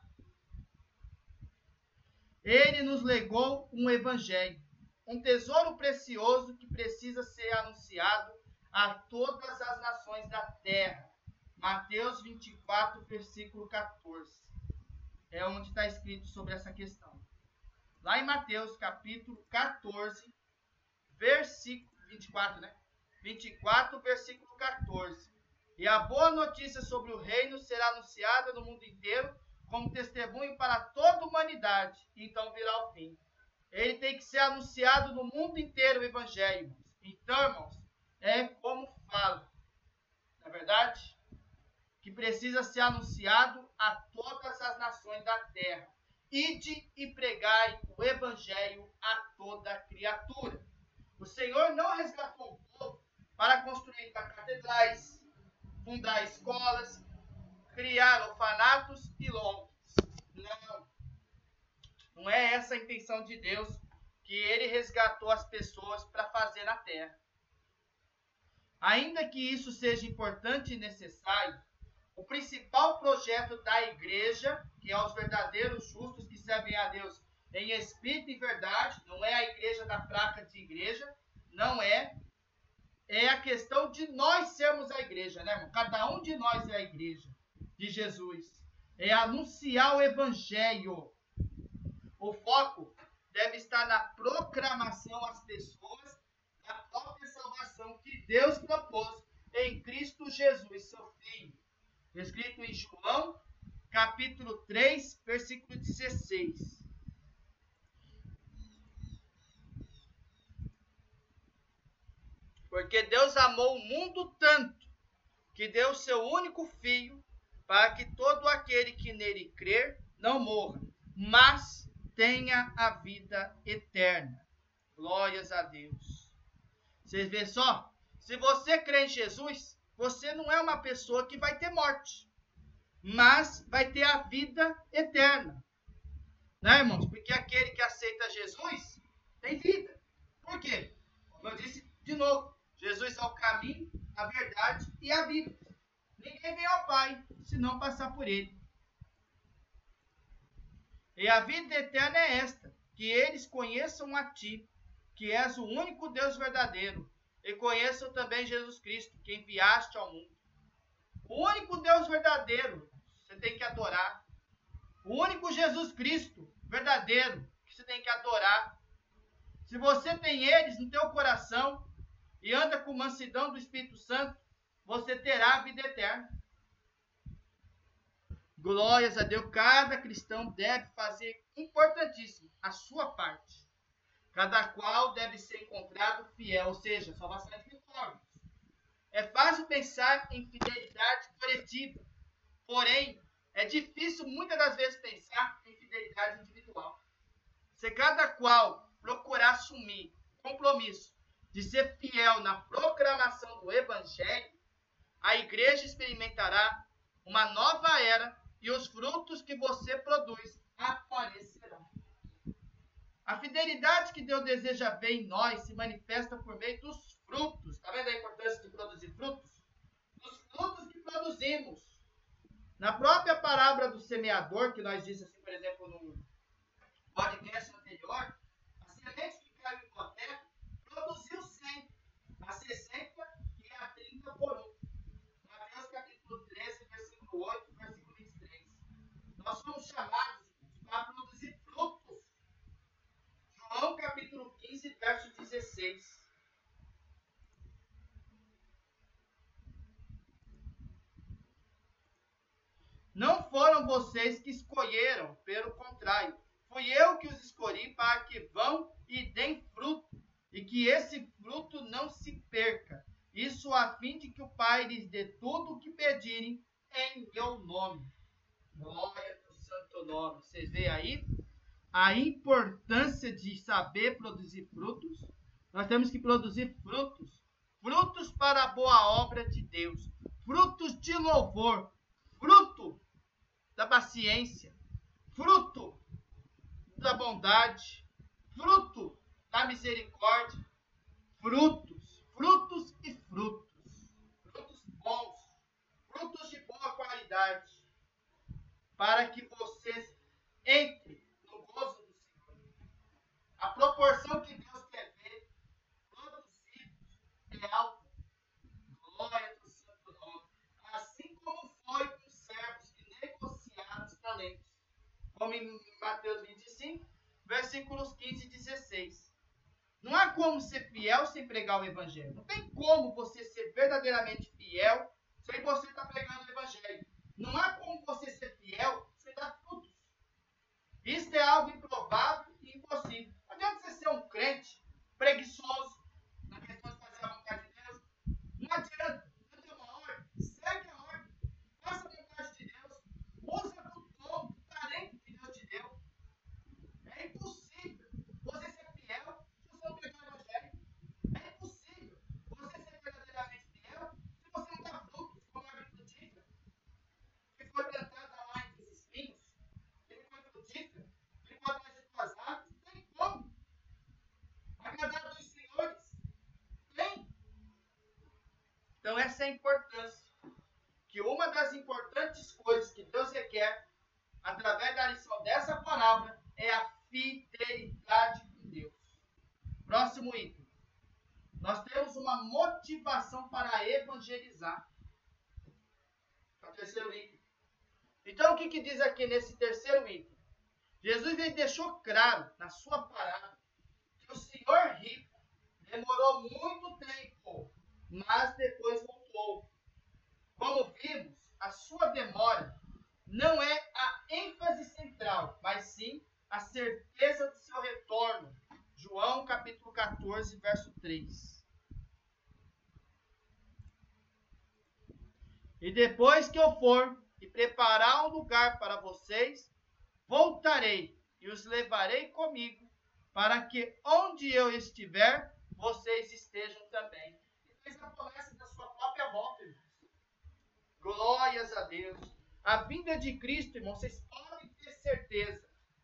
Ele nos legou um evangelho, um tesouro precioso que precisa ser anunciado a todas as nações da terra. Mateus vinte e quatro, versículo quatorze. É onde está escrito sobre essa questão. Lá em Mateus, capítulo quatorze, versículo vinte e quatro, né? vinte e quatro, versículo quatorze. E a boa notícia sobre o reino será anunciada no mundo inteiro como testemunho para toda a humanidade. Então virá o fim. Ele tem que ser anunciado no mundo inteiro, o evangelho. Então, irmãos, é como fala. Não é verdade? Que precisa ser anunciado a todas as nações da terra. Ide e pregai o evangelho a toda criatura. O Senhor não resgatou o povo para construir catedrais, fundar escolas, criar orfanatos e longas. Não. Não é essa a intenção de Deus que Ele resgatou as pessoas para fazer na terra. Ainda que isso seja importante e necessário, o principal projeto da igreja, que é os verdadeiros justos que servem a Deus em espírito e verdade, não é a igreja da placa de igreja, Não é. É a questão de nós sermos a igreja, né, irmão? Cada um de nós é a igreja de Jesus. É anunciar o evangelho. O foco deve estar na proclamação às pessoas da própria salvação que Deus propôs em Cristo Jesus, seu Filho. Escrito em João, capítulo três, versículo dezesseis. Porque Deus amou o mundo tanto, que deu seu único Filho, para que todo aquele que nele crer não morra, mas tenha a vida eterna. Glórias a Deus. Vocês veem só? Se você crê em Jesus, você não é uma pessoa que vai ter morte, mas vai ter a vida eterna. Né, irmãos? Porque aquele que aceita Jesus tem vida. Por quê? Como eu disse de novo, Jesus é o caminho, a verdade e a vida. Ninguém vem ao Pai se não passar por ele. E a vida eterna é esta, que eles conheçam a ti, que és o único Deus verdadeiro, e conheçam também Jesus Cristo, que enviaste ao mundo. O único Deus verdadeiro você tem que adorar. O único Jesus Cristo verdadeiro que você tem que adorar. Se você tem eles no teu coração e anda com mansidão do Espírito Santo, você terá a vida eterna. Glórias a Deus. Cada cristão deve fazer, importantíssimo, a sua parte. Cada qual deve ser encontrado fiel, ou seja, salvação é de vitórias. É fácil pensar em fidelidade coletiva, porém, é difícil muitas das vezes pensar em fidelidade individual. Se cada qual procurar assumir compromisso de ser fiel na proclamação do Evangelho, a igreja experimentará uma nova era e os frutos que você produz aparecerão. A fidelidade que Deus deseja ver em nós se manifesta por meio dos frutos. Está vendo a importância de produzir frutos? Dos frutos que produzimos. Na própria parábola do semeador, que nós dissemos, assim, por exemplo, no podcast anterior, a semente que caiu em boa terra produziu cem, a sessenta e a trinta por um. Mateus capítulo treze, versículo oito, versículo vinte e três. Nós somos chamados para produzir frutos. João capítulo quinze, verso dezesseis. Não foram vocês que escolheram, pelo contrário, fui eu que os escolhi para que vão e deem fruto, e que esse fruto não se perca. Isso a fim de que o Pai lhes dê tudo o que pedirem em meu nome. Glória ao santo nome. Vocês veem aí a importância de saber produzir frutos? Nós temos que produzir frutos. Frutos para a boa obra de Deus. Frutos de louvor. Fruto da paciência. Fruto da bondade. Fruto da misericórdia. Frutos. Frutos e frutos. Frutos bons. Frutos de boa qualidade. Para que vocês entrem no gozo do Senhor. A proporção que Deus quer ver produzidos é alta. Glória do santo nome. Assim como foi com os servos que negociaram os talentos. Como em Mateus vinte e cinco, versículos quinze e dezesseis. Não há como ser fiel sem pregar o Evangelho. Não tem como você ser verdadeiramente fiel sem você estar pregando o Evangelho. Não há como você ser fiel sem dar frutos. Isso é algo improvável e impossível. Não adianta você ser um crente preguiçoso na questão de fazer a vontade de Deus. Não adianta. Não tem uma ordem. Segue a ordem. Faça a vontade de Deus. Usa do dom, do talento que Deus te deu. É impossível você ser fiel se você não pregar o Evangelho. É impossível você ser verdadeiramente fiel se você não dá frutos, como a árvore frutífera, que foi plantada lá entre os espinhos. Ele foi frutífera. Ele pode trazer suas árvores. Não tem como. Agradar dos senhores. Tem. Então essa é a importância. Que uma das importantes coisas que Deus requer, através da lição dessa parábola, é a fidelidade com Deus. Próximo item. uma motivação para evangelizar. É o terceiro item. Então, o que, que diz aqui nesse terceiro item? Jesus ele deixou claro na sua parábola que o senhor rico demorou muito tempo, mas depois voltou. Como vimos, a sua demora não é a ênfase central, mas sim a certeza do seu retorno. João capítulo quatorze, verso três. E depois que eu for e preparar um lugar para vocês, voltarei e os levarei comigo, para que onde eu estiver, vocês estejam também. Ele fez a promessa da sua própria volta, irmãos. Glórias a Deus. A vinda de Cristo, irmãos, vocês podem ter certeza.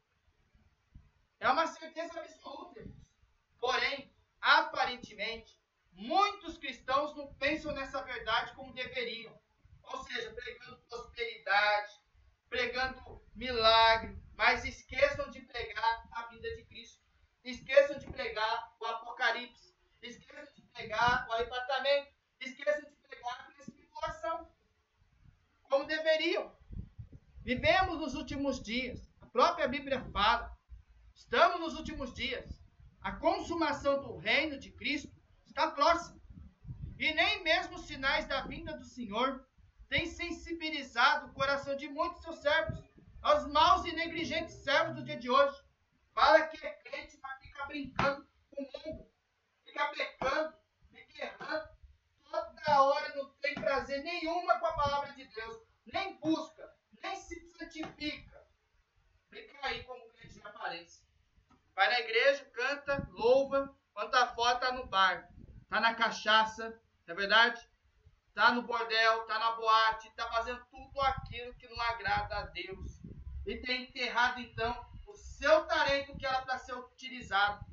É uma certeza absoluta, irmãos. Porém, aparentemente, muitos cristãos não pensam nessa verdade como deveriam. Ou seja, pregando prosperidade, pregando milagre, mas esqueçam de pregar a vinda de Cristo. Esqueçam de pregar o Apocalipse. Esqueçam de pregar o arrebatamento. Esqueçam de pregar a tribulação. Como deveriam. Vivemos nos últimos dias. A própria Bíblia fala. Estamos nos últimos dias. A consumação do reino de Cristo está próxima. E nem mesmo os sinais da vinda do Senhor têm sensibilizado o coração de muitos seus servos, aos maus e negligentes servos do dia de hoje, para que é crente para ficar brincando com o mundo, ficar pecando, ficar errando, toda hora não tem prazer nenhuma com a palavra de Deus, nem busca, nem se santifica. Fica aí como crente de aparência. Vai na igreja, canta, louva, quando tá fora tá no bar, tá na cachaça, não é verdade? Tá no bordel, tá na boate, tá fazendo tudo aquilo que não agrada a Deus. E tem enterrado então o seu talento que era para ser utilizado.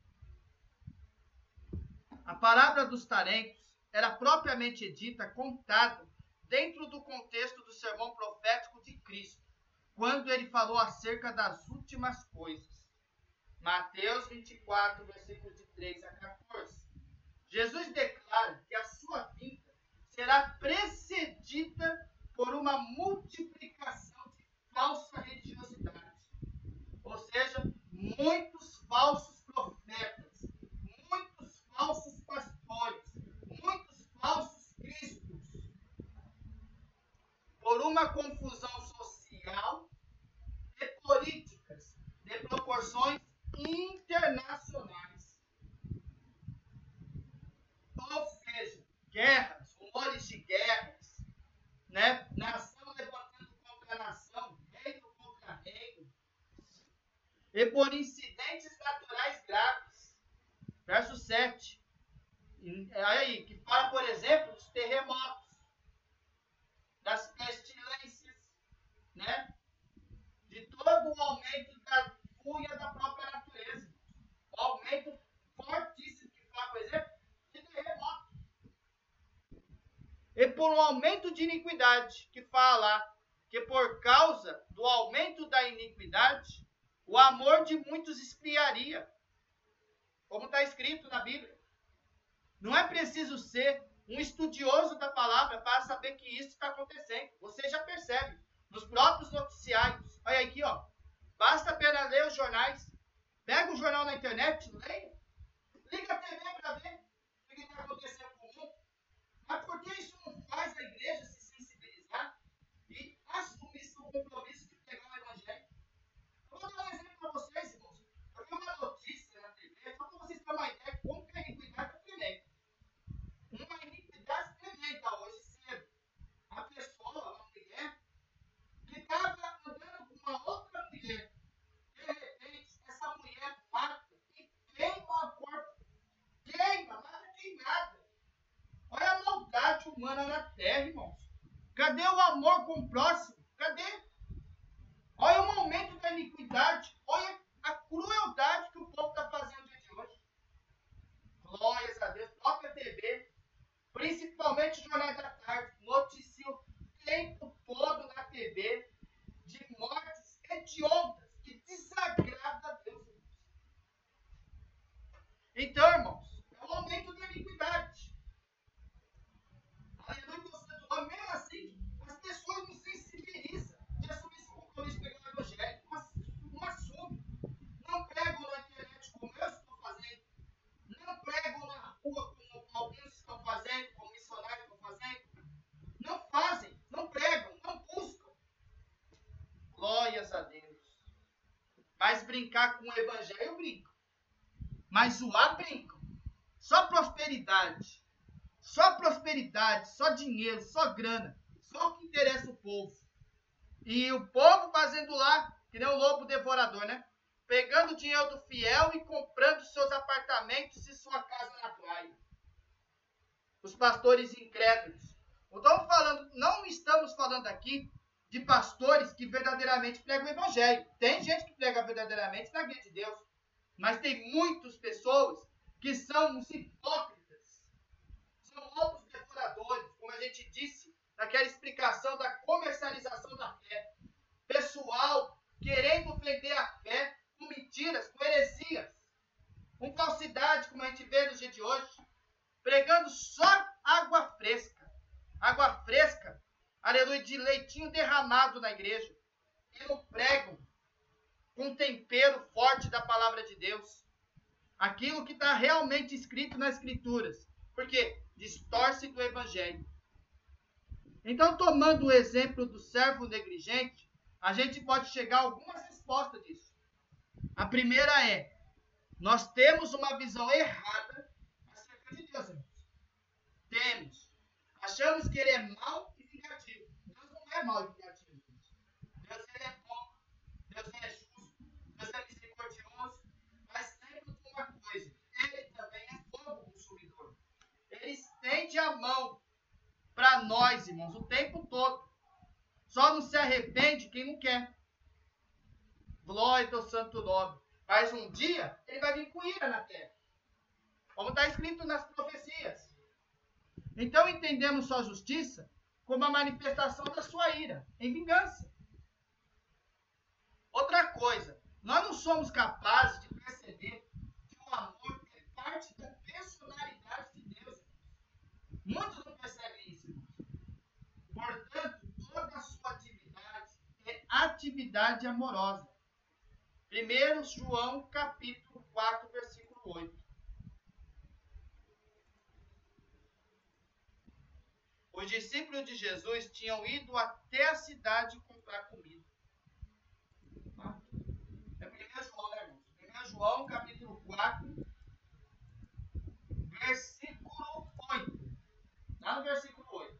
A parábola dos talentos era propriamente dita, contada, dentro do contexto do sermão profético de Cristo, quando ele falou acerca das últimas coisas. Mateus vinte e quatro, versículos de três a quatorze. Jesus declara que a sua vinda será precedida por uma multiplicação de falsa religiosidade. Ou seja, muitos falsos profetas, muitos falsos pastores, muitos falsos cristos. Por uma confusão social e políticas de proporções internacionais. Ou seja, guerras, rumores de guerras, né? Nação levantando contra nação, reino contra reino, e por incidentes naturais graves. Verso sete. Aí, que fala, por exemplo, dos terremotos, das pestilências, né? De todo o aumento da fúria da própria natureza. O aumento fortíssimo que fala, por exemplo, de terremoto. E por um aumento de iniquidade, que fala que por causa do aumento da iniquidade, o amor de muitos esfriaria. Como está escrito na Bíblia. Não é preciso ser um estudioso da palavra para saber que isso está acontecendo. Você já percebe. Nos próprios noticiários. Olha aqui, ó. Basta apenas ler os jornais. Pega o jornal na internet, leia. Liga a T V para ver o que está acontecendo com o mundo. Mas por que isso não faz a igreja se sensibilizar e assumir seu compromisso de pegar o evangelho? Eu vou dar um exemplo para vocês, irmãos. Eu vi uma notícia na T V, só para vocês terem uma ideia de como que a iniquidade é tremenda. Uma iniquidade tremenda hoje cedo. A pessoa, uma mulher, que estava andando com uma outra mulher. De repente, essa mulher mata e queima o corpo. Queima, mata queimada. Olha a maldade humana na terra, irmãos. Cadê o amor com o próximo? Cadê? Olha o aumento da iniquidade. Olha a crueldade que o povo está fazendo no dia de hoje. Glórias a Deus. Própria T V, principalmente os jornais da tarde, noticiam o tempo todo na T V de mortes hediondas que desagradam a Deus. Então, irmãos, é o aumento da iniquidade. brincar com o evangelho, brincam. Mas zoar, brincam. Só prosperidade. Só prosperidade, só dinheiro, só grana. Só o que interessa o povo. E o povo fazendo lá, que nem o lobo devorador, né? Pegando o dinheiro do fiel e comprando seus apartamentos e sua casa na praia. Os pastores incrédulos. Então, falando, não estamos falando aqui de pastores que verdadeiramente pregam o evangelho. Tem gente que prega verdadeiramente na guia de Deus. Mas tem muitas pessoas que são os hipócritas. São lobos devoradores, como a gente disse naquela explicação da comercialização da fé. Pessoal querendo vender a fé com mentiras, com heresias, com falsidade, como a gente vê no dia de hoje, pregando só água fresca. Água fresca, aleluia, de leitinho derramado na igreja. E não pregam com tempero forte da palavra de Deus. Aquilo que está realmente escrito nas Escrituras. Porque distorce do Evangelho. Então, tomando o exemplo do servo negligente, a gente pode chegar a algumas respostas disso. A primeira é, nós temos uma visão errada acerca de Deus, irmãos. Temos. Achamos que ele é mau e vingativo. Deus não é mau e vingativo, irmãos. Deus ele é bom. Deus ele é justo. Deus é misericordioso. Mas sempre com uma coisa. Ele também é fogo consumidor. Ele estende a mão para nós, irmãos, o tempo todo. Só não se arrepende quem não quer. Glória ao santo nome. Mas um dia, ele vai vir com ira na terra. Como está escrito nas profecias. Então entendemos sua justiça como a manifestação da sua ira, em vingança. Outra coisa, nós não somos capazes de perceber que o amor é parte da personalidade de Deus. Muitos não percebem isso, irmãos. Portanto, toda a sua atividade é atividade amorosa. primeiro João, capítulo quatro, versículo oito. Os discípulos de Jesus tinham ido até a cidade comprar comida. É primeiro João, né, irmãos? primeiro João, capítulo quatro, versículo oito. Lá no versículo oito.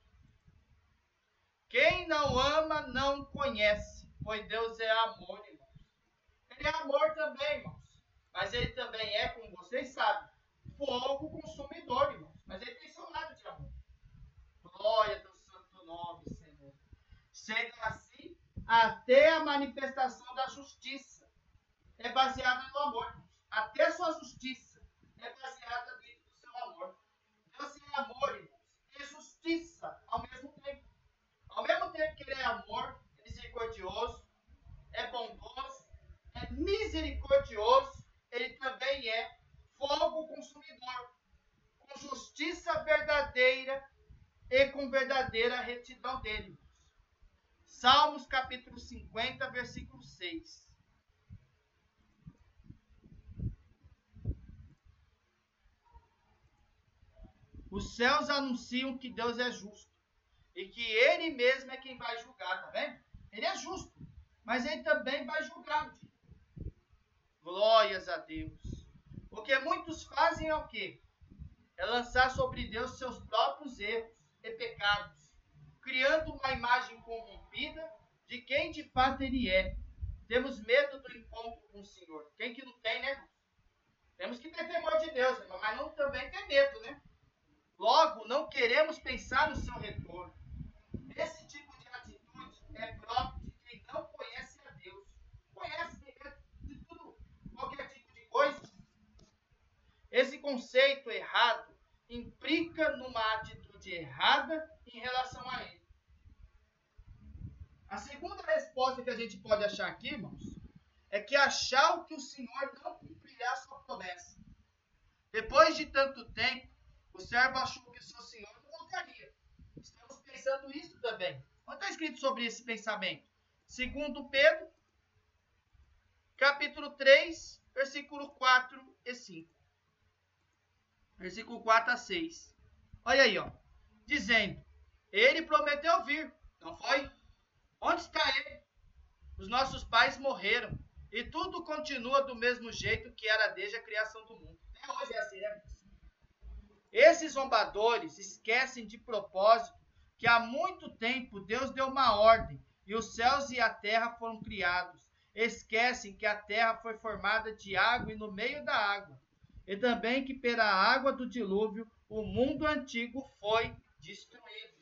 Quem não ama não conhece, pois Deus é amor, irmãos. Ele é amor também, irmãos. Mas ele também é, como vocês sabem, fogo consumidor, irmãos. Mas ele tem seu lado de amor. Glória do santo nome, Senhor. Sendo assim, até a manifestação da justiça é baseada no amor, irmãos. Até a sua justiça é baseada dentro do seu amor. Deus é amor, irmãos. É justiça ao mesmo tempo. Ao mesmo tempo que ele é amor, é misericordioso, é bondoso, é misericordioso, ele também é fogo consumidor, com justiça verdadeira e com verdadeira retidão dele. Salmos capítulo cinquenta, versículo seis. Os céus anunciam que Deus é justo e que ele mesmo é quem vai julgar, tá vendo? Ele é justo, mas ele também vai julgar. Glórias a Deus. O que muitos fazem é o quê? É lançar sobre Deus seus próprios erros e pecados, criando uma imagem corrompida de quem de fato ele é. Temos medo do encontro com o Senhor. Quem que não tem, né? Temos que ter temor de Deus, né? Mas não também ter medo, né? Logo, não queremos pensar no seu retorno. Esse tipo de atitude é próprio de quem não conhece a Deus. Conhece de tudo, qualquer tipo de coisa. Esse conceito errado implica numa atitude errada em relação a ele. A segunda resposta que a gente pode achar aqui, irmãos, é que achar que o Senhor não cumprirá sua promessa. Depois de tanto tempo, o servo achou que o seu Senhor não voltaria. Estamos pensando isso também. Onde está escrito sobre esse pensamento? Segundo Pedro, capítulo três, versículo quatro e cinco. Versículo quatro a seis. Olha aí, ó. Dizendo, ele prometeu vir, não foi? Onde está ele? Os nossos pais morreram, E tudo continua do mesmo jeito que era desde a criação do mundo. Até hoje é assim, né? Esses zombadores esquecem de propósito que há muito tempo Deus deu uma ordem e os céus e a terra foram criados. Esquecem que a terra foi formada de água e no meio da água. E também que pela água do dilúvio o mundo antigo foi destruído.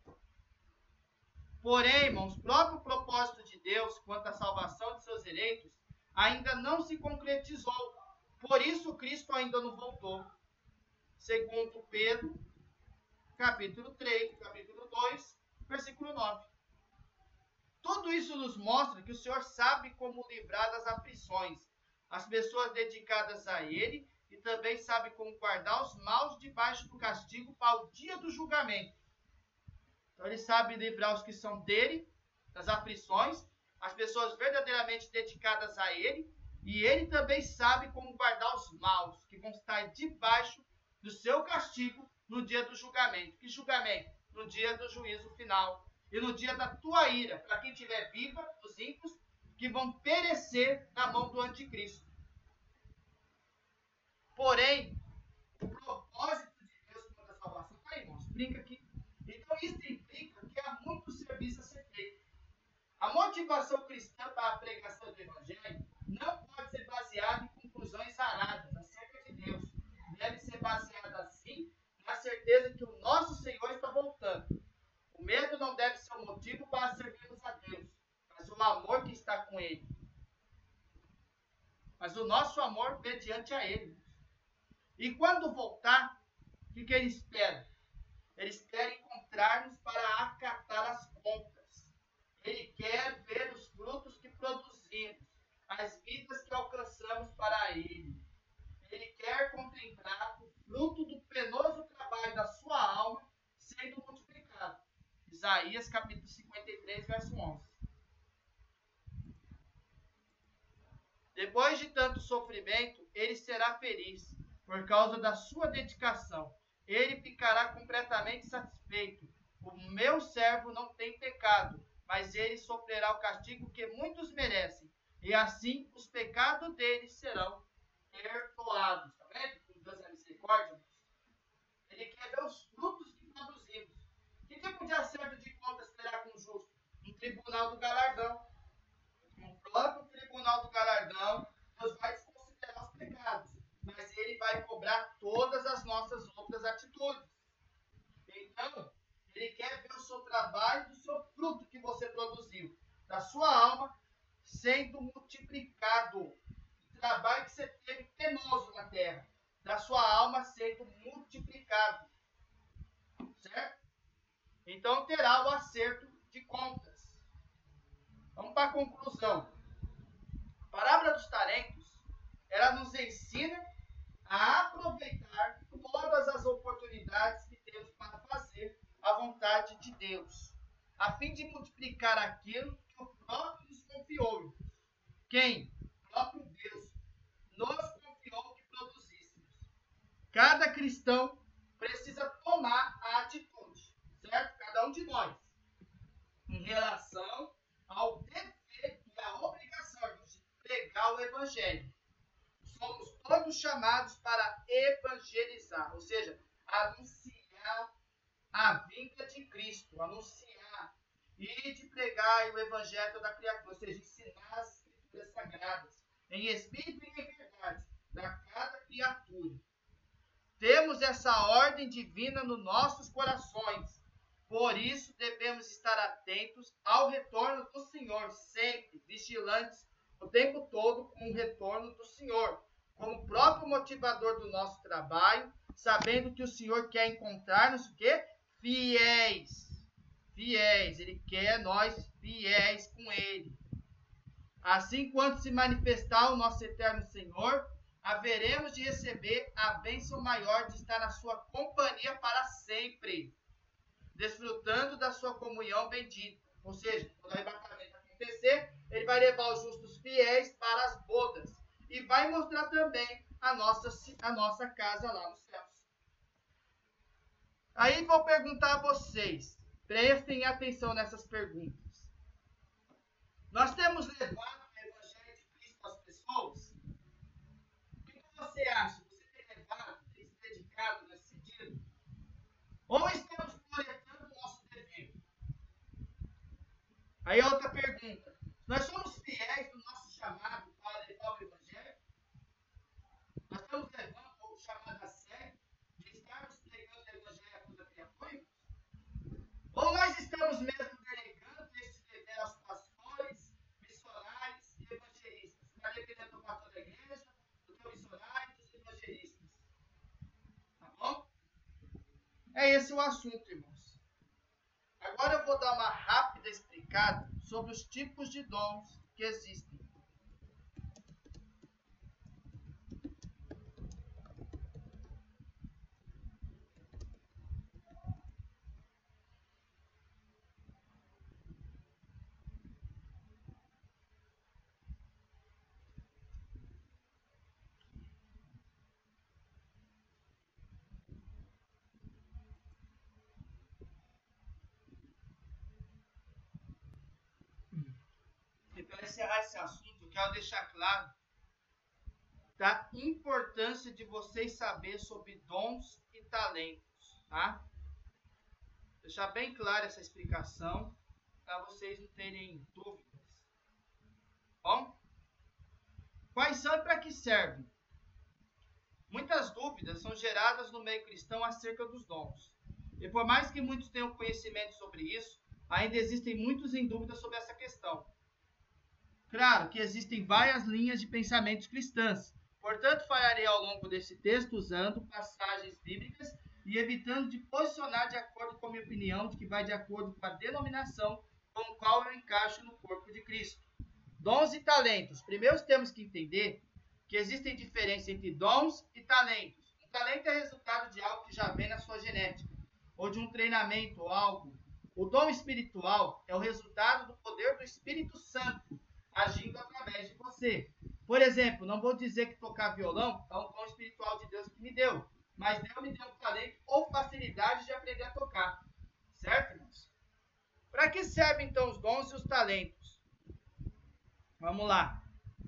Porém, irmãos, o próprio propósito de Deus quanto à salvação de seus eleitos ainda não se concretizou. Por isso Cristo ainda não voltou. Segundo Pedro, capítulo três, capítulo dois, versículo nove. Tudo isso nos mostra que o Senhor sabe como livrar das aflições as pessoas dedicadas a Ele e também sabe como guardar os maus debaixo do castigo para o dia do julgamento. Então Ele sabe livrar os que são dele, das aflições, as pessoas verdadeiramente dedicadas a Ele, e Ele também sabe como guardar os maus, que vão estar debaixo do seu castigo no dia do julgamento. Que julgamento? No dia do juízo final. E no dia da tua ira, para quem estiver viva, os ímpios, que vão perecer na mão do anticristo. Porém, o propósito de Deus quanto à salvação, tá, irmãos? Brinca aqui. Então isso implica que há muito serviço a ser feito. A motivação cristã para a pregação do Evangelho não pode ser baseada em conclusões aradas acerca de Deus. Deve ser baseada, sim, na certeza que o nosso Senhor está voltando. O medo não deve ser o motivo para servirmos a Deus, mas o amor que está com Ele. Mas o nosso amor mediante a Ele. E quando voltar, o que, que Ele espera? Ele espera encontrar-nos para acatar as contas. Ele quer ver os frutos que produzimos, as vidas que alcançamos para Ele. Ele quer contemplar o fruto do penoso trabalho da sua alma sendo multiplicado. Isaías capítulo cinquenta e três, verso onze. Depois de tanto sofrimento, ele será feliz, por causa da sua dedicação. Ele ficará completamente satisfeito. O meu servo não tem pecado, mas ele sofrerá o castigo que muitos merecem. E assim os pecados dele serão perdoados. Está vendo? Com Deus é misericórdia. Ele quer ver os frutos que produzimos. Que tipo de acerto de contas terá com o justo? Um tribunal do galardão. No próprio tribunal do galardão, Deus vai desconsiderar os pecados, mas Ele vai cobrar todas as nossas outras atitudes. Então, Ele quer ver o seu trabalho, do seu fruto que você produziu, da sua alma, sendo multiplicado. O trabalho que você teve penoso na terra, da sua alma sendo multiplicado. Certo? Então terá o acerto de contas. Vamos para a conclusão. A parábola dos talentos, ela nos ensina a aproveitar todas as oportunidades que temos para fazer a vontade de Deus, a fim de multiplicar aquilo que o próprio nos confiou. Quem? O próprio Deus nos confiou que produzíssemos. Cada cristão precisa tomar a atitude, certo? Cada um de nós, em relação ao dever e à obrigação de pregar o Evangelho. Somos todos chamados para evangelizar, ou seja, anunciar a vinda de Cristo, anunciar e de pregar o Evangelho da criatura, ou seja, ensinar as Escrituras Sagradas, em espírito e em verdade, da cada criatura. Temos essa ordem divina nos nossos corações. Por isso, devemos estar atentos ao retorno do Senhor, sempre vigilantes o tempo todo com o retorno do Senhor, como próprio motivador do nosso trabalho, sabendo que o Senhor quer encontrar-nos o quê? Fiéis. Fiéis. Ele quer nós fiéis com Ele. Assim, quando se manifestar o nosso eterno Senhor, haveremos de receber a bênção maior de estar na sua companhia para sempre, desfrutando da sua comunhão bendita. Ou seja, quando o arrebatamento acontecer, ele vai levar os justos fiéis para as bodas e vai mostrar também a nossa, a nossa casa lá nos céus. Aí vou perguntar a vocês, prestem atenção nessas perguntas. Nós temos levado o Evangelho de Cristo pessoas? O que você acha? Você tem levado, tem se dedicado nesse sentido? Ou estamos projetando o nosso dever? Aí outra pergunta. Nós somos fiéis no nosso chamado para levar o Evangelho? Nós estamos levando o chamado a sério de estarmos pregando o Evangelho a toda criatura? Ou nós estamos mesmo delegando esse dever aos pastores, missionários e evangelistas? Está dependendo do pastor da igreja, do teu missionário e dos evangelistas. Tá bom? É esse o assunto, irmãos. Agora eu vou dar uma rápida explicada sobre os tipos de dons que existem. E para encerrar esse assunto, eu quero deixar claro da importância de vocês saberem sobre dons e talentos, tá? Deixar bem clara essa explicação para vocês não terem dúvidas. Bom? Quais são e para que servem? Muitas dúvidas são geradas no meio cristão acerca dos dons. E por mais que muitos tenham conhecimento sobre isso, ainda existem muitos em dúvida sobre essa questão. Claro que existem várias linhas de pensamentos cristãs. Portanto, falarei ao longo desse texto usando passagens bíblicas e evitando de posicionar de acordo com a minha opinião, de que vai de acordo com a denominação com a qual eu encaixo no corpo de Cristo. Dons e talentos. Primeiro temos que entender que existem diferenças entre dons e talentos. Um talento é resultado de algo que já vem na sua genética, ou de um treinamento ou algo. O dom espiritual é o resultado do poder do Espírito Santo agindo através de você. Por exemplo, não vou dizer que tocar violão é um dom espiritual de Deus que me deu, mas Deus me deu um talento ou facilidade de aprender a tocar. Certo, irmãos? Para que servem então os dons e os talentos? Vamos lá.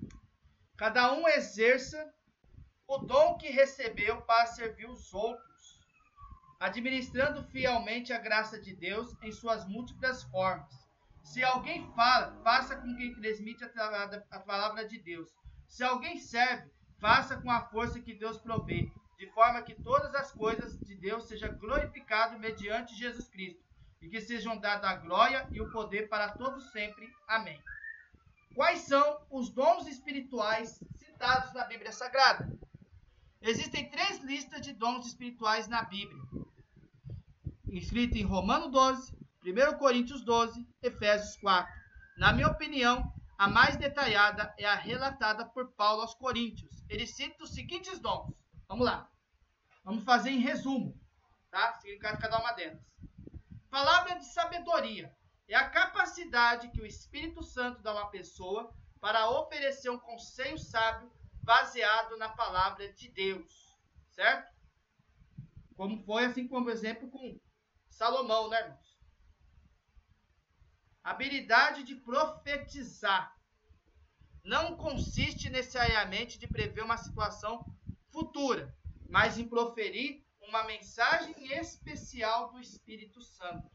Cada um exerça o dom que recebeu para servir os outros, administrando fielmente a graça de Deus em suas múltiplas formas. Se alguém fala, faça com quem transmite a palavra de Deus. Se alguém serve, faça com a força que Deus provê, de forma que todas as coisas de Deus sejam glorificadas mediante Jesus Cristo, e que sejam dadas a glória e o poder para todos sempre. Amém. Quais são os dons espirituais citados na Bíblia Sagrada? Existem três listas de dons espirituais na Bíblia, escritas em Romanos doze, primeira Coríntios doze, Efésios quatro. Na minha opinião, a mais detalhada é a relatada por Paulo aos Coríntios. Ele cita os seguintes dons. Vamos lá. Vamos fazer em resumo, tá? Significado de cada uma delas. Palavra de sabedoria é a capacidade que o Espírito Santo dá a uma pessoa para oferecer um conselho sábio baseado na palavra de Deus, certo? Como foi assim como exemplo com Salomão, né, irmãos? Habilidade de profetizar não consiste necessariamente de prever uma situação futura, mas em proferir uma mensagem especial do Espírito Santo.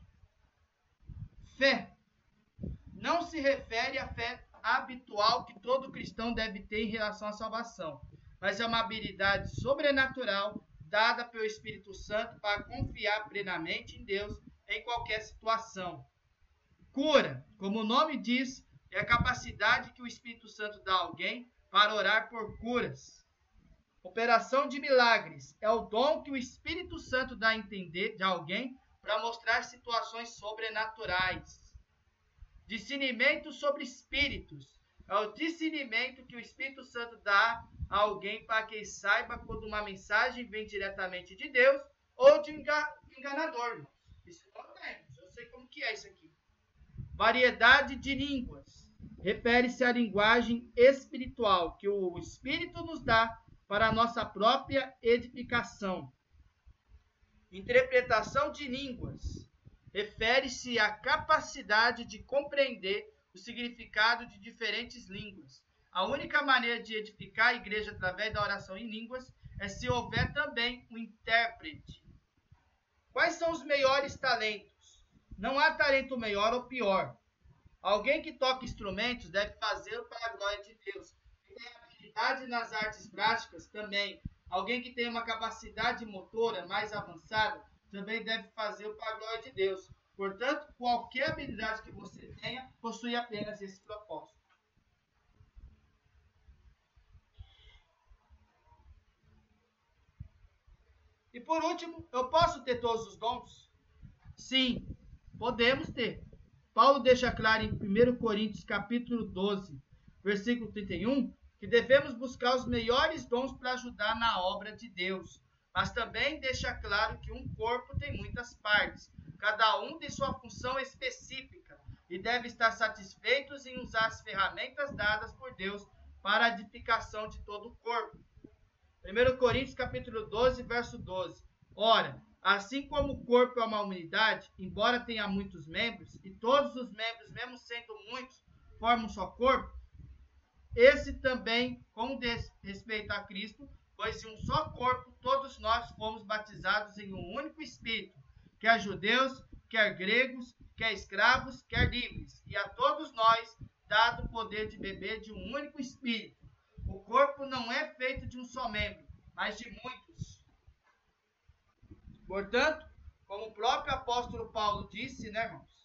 Fé não se refere à fé habitual que todo cristão deve ter em relação à salvação, mas é uma habilidade sobrenatural dada pelo Espírito Santo para confiar plenamente em Deus em qualquer situação. Cura, como o nome diz, é a capacidade que o Espírito Santo dá a alguém para orar por curas. Operação de milagres é o dom que o Espírito Santo dá a entender de alguém para mostrar situações sobrenaturais. Discernimento sobre espíritos é o discernimento que o Espírito Santo dá a alguém para que ele saiba quando uma mensagem vem diretamente de Deus ou de um enganador. Isso não tem, eu sei como que é isso aqui. Variedade de línguas refere-se à linguagem espiritual que o Espírito nos dá para a nossa própria edificação. Interpretação de línguas refere-se à capacidade de compreender o significado de diferentes línguas, A única maneira de edificar a igreja através da oração em línguas é se houver também um intérprete. Quais são os melhores talentos? Não há talento melhor ou pior. Alguém que toca instrumentos deve fazê-lo para a glória de Deus. Quem tem habilidade nas artes práticas também. Alguém que tem uma capacidade motora mais avançada também deve fazê-lo para a glória de Deus. Portanto, qualquer habilidade que você tenha possui apenas esse propósito. E por último, eu posso ter todos os dons? Sim, podemos ter. Paulo deixa claro em primeira Coríntios capítulo doze, versículo trinta e um, que devemos buscar os melhores dons para ajudar na obra de Deus. Mas também deixa claro que um corpo tem muitas partes, cada um tem sua função específica, e deve estar satisfeitos em usar as ferramentas dadas por Deus para a edificação de todo o corpo. primeira Coríntios capítulo doze, verso doze. Ora, assim como o corpo é uma unidade, embora tenha muitos membros, e todos os membros, mesmo sendo muitos, formam um só corpo, esse também, com respeito a Cristo, pois em um só corpo todos nós fomos batizados em um único Espírito, quer judeus, quer gregos, quer escravos, quer livres, e a todos nós dado o poder de beber de um único Espírito. O corpo não é feito de um só membro, mas de muitos. Portanto, como o próprio apóstolo Paulo disse, né, irmãos?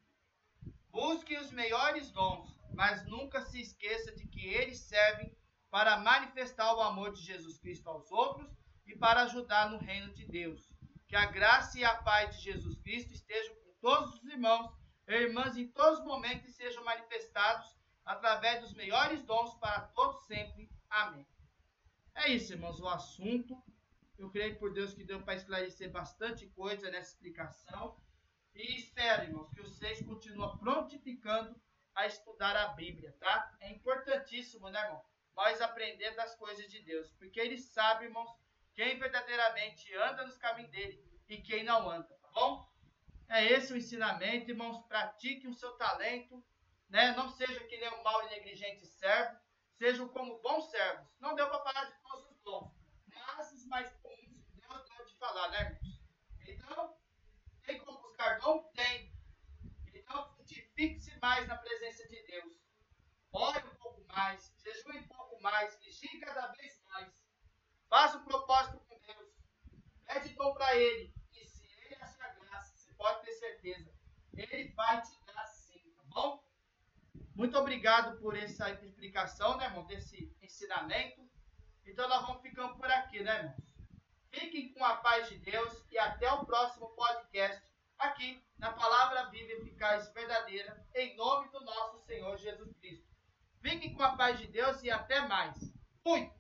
Busque os melhores dons, mas nunca se esqueça de que eles servem para manifestar o amor de Jesus Cristo aos outros e para ajudar no reino de Deus. Que a graça e a paz de Jesus Cristo estejam com todos os irmãos e irmãs em todos os momentos e sejam manifestados através dos melhores dons para todos sempre. Amém. É isso, irmãos, o assunto. Eu creio por Deus que deu para esclarecer bastante coisa nessa explicação. E espero, irmãos, que vocês continuem prontificando a estudar a Bíblia, tá? É importantíssimo, né, irmão? Nós aprender das coisas de Deus. Porque Ele sabe, irmãos, quem verdadeiramente anda nos caminhos dele e quem não anda, tá bom? É esse o ensinamento, irmãos. Pratiquem o seu talento, né? Não seja que nem um mau e negligente servo. Sejam como bons servos. Não deu para falar de todos os dons, mas os mais comuns Deus deu de falar, né, irmãos? Então, tem como buscar dom? Tem. Então, frutifique-se mais na presença de Deus. Ore um pouco mais, jejue um pouco mais, vigie cada vez mais. Faça um propósito com Deus. Pede dom para Ele. E se Ele achar graça, você pode ter certeza, Ele vai te dar sim, tá bom? Muito obrigado por essa explicação, né, irmão, desse ensinamento. Então, nós vamos ficando por aqui, né, irmãos? Fiquem com a paz de Deus e até o próximo podcast aqui na Palavra Viva e Eficaz Verdadeira, em nome do nosso Senhor Jesus Cristo. Fiquem com a paz de Deus e até mais. Fui!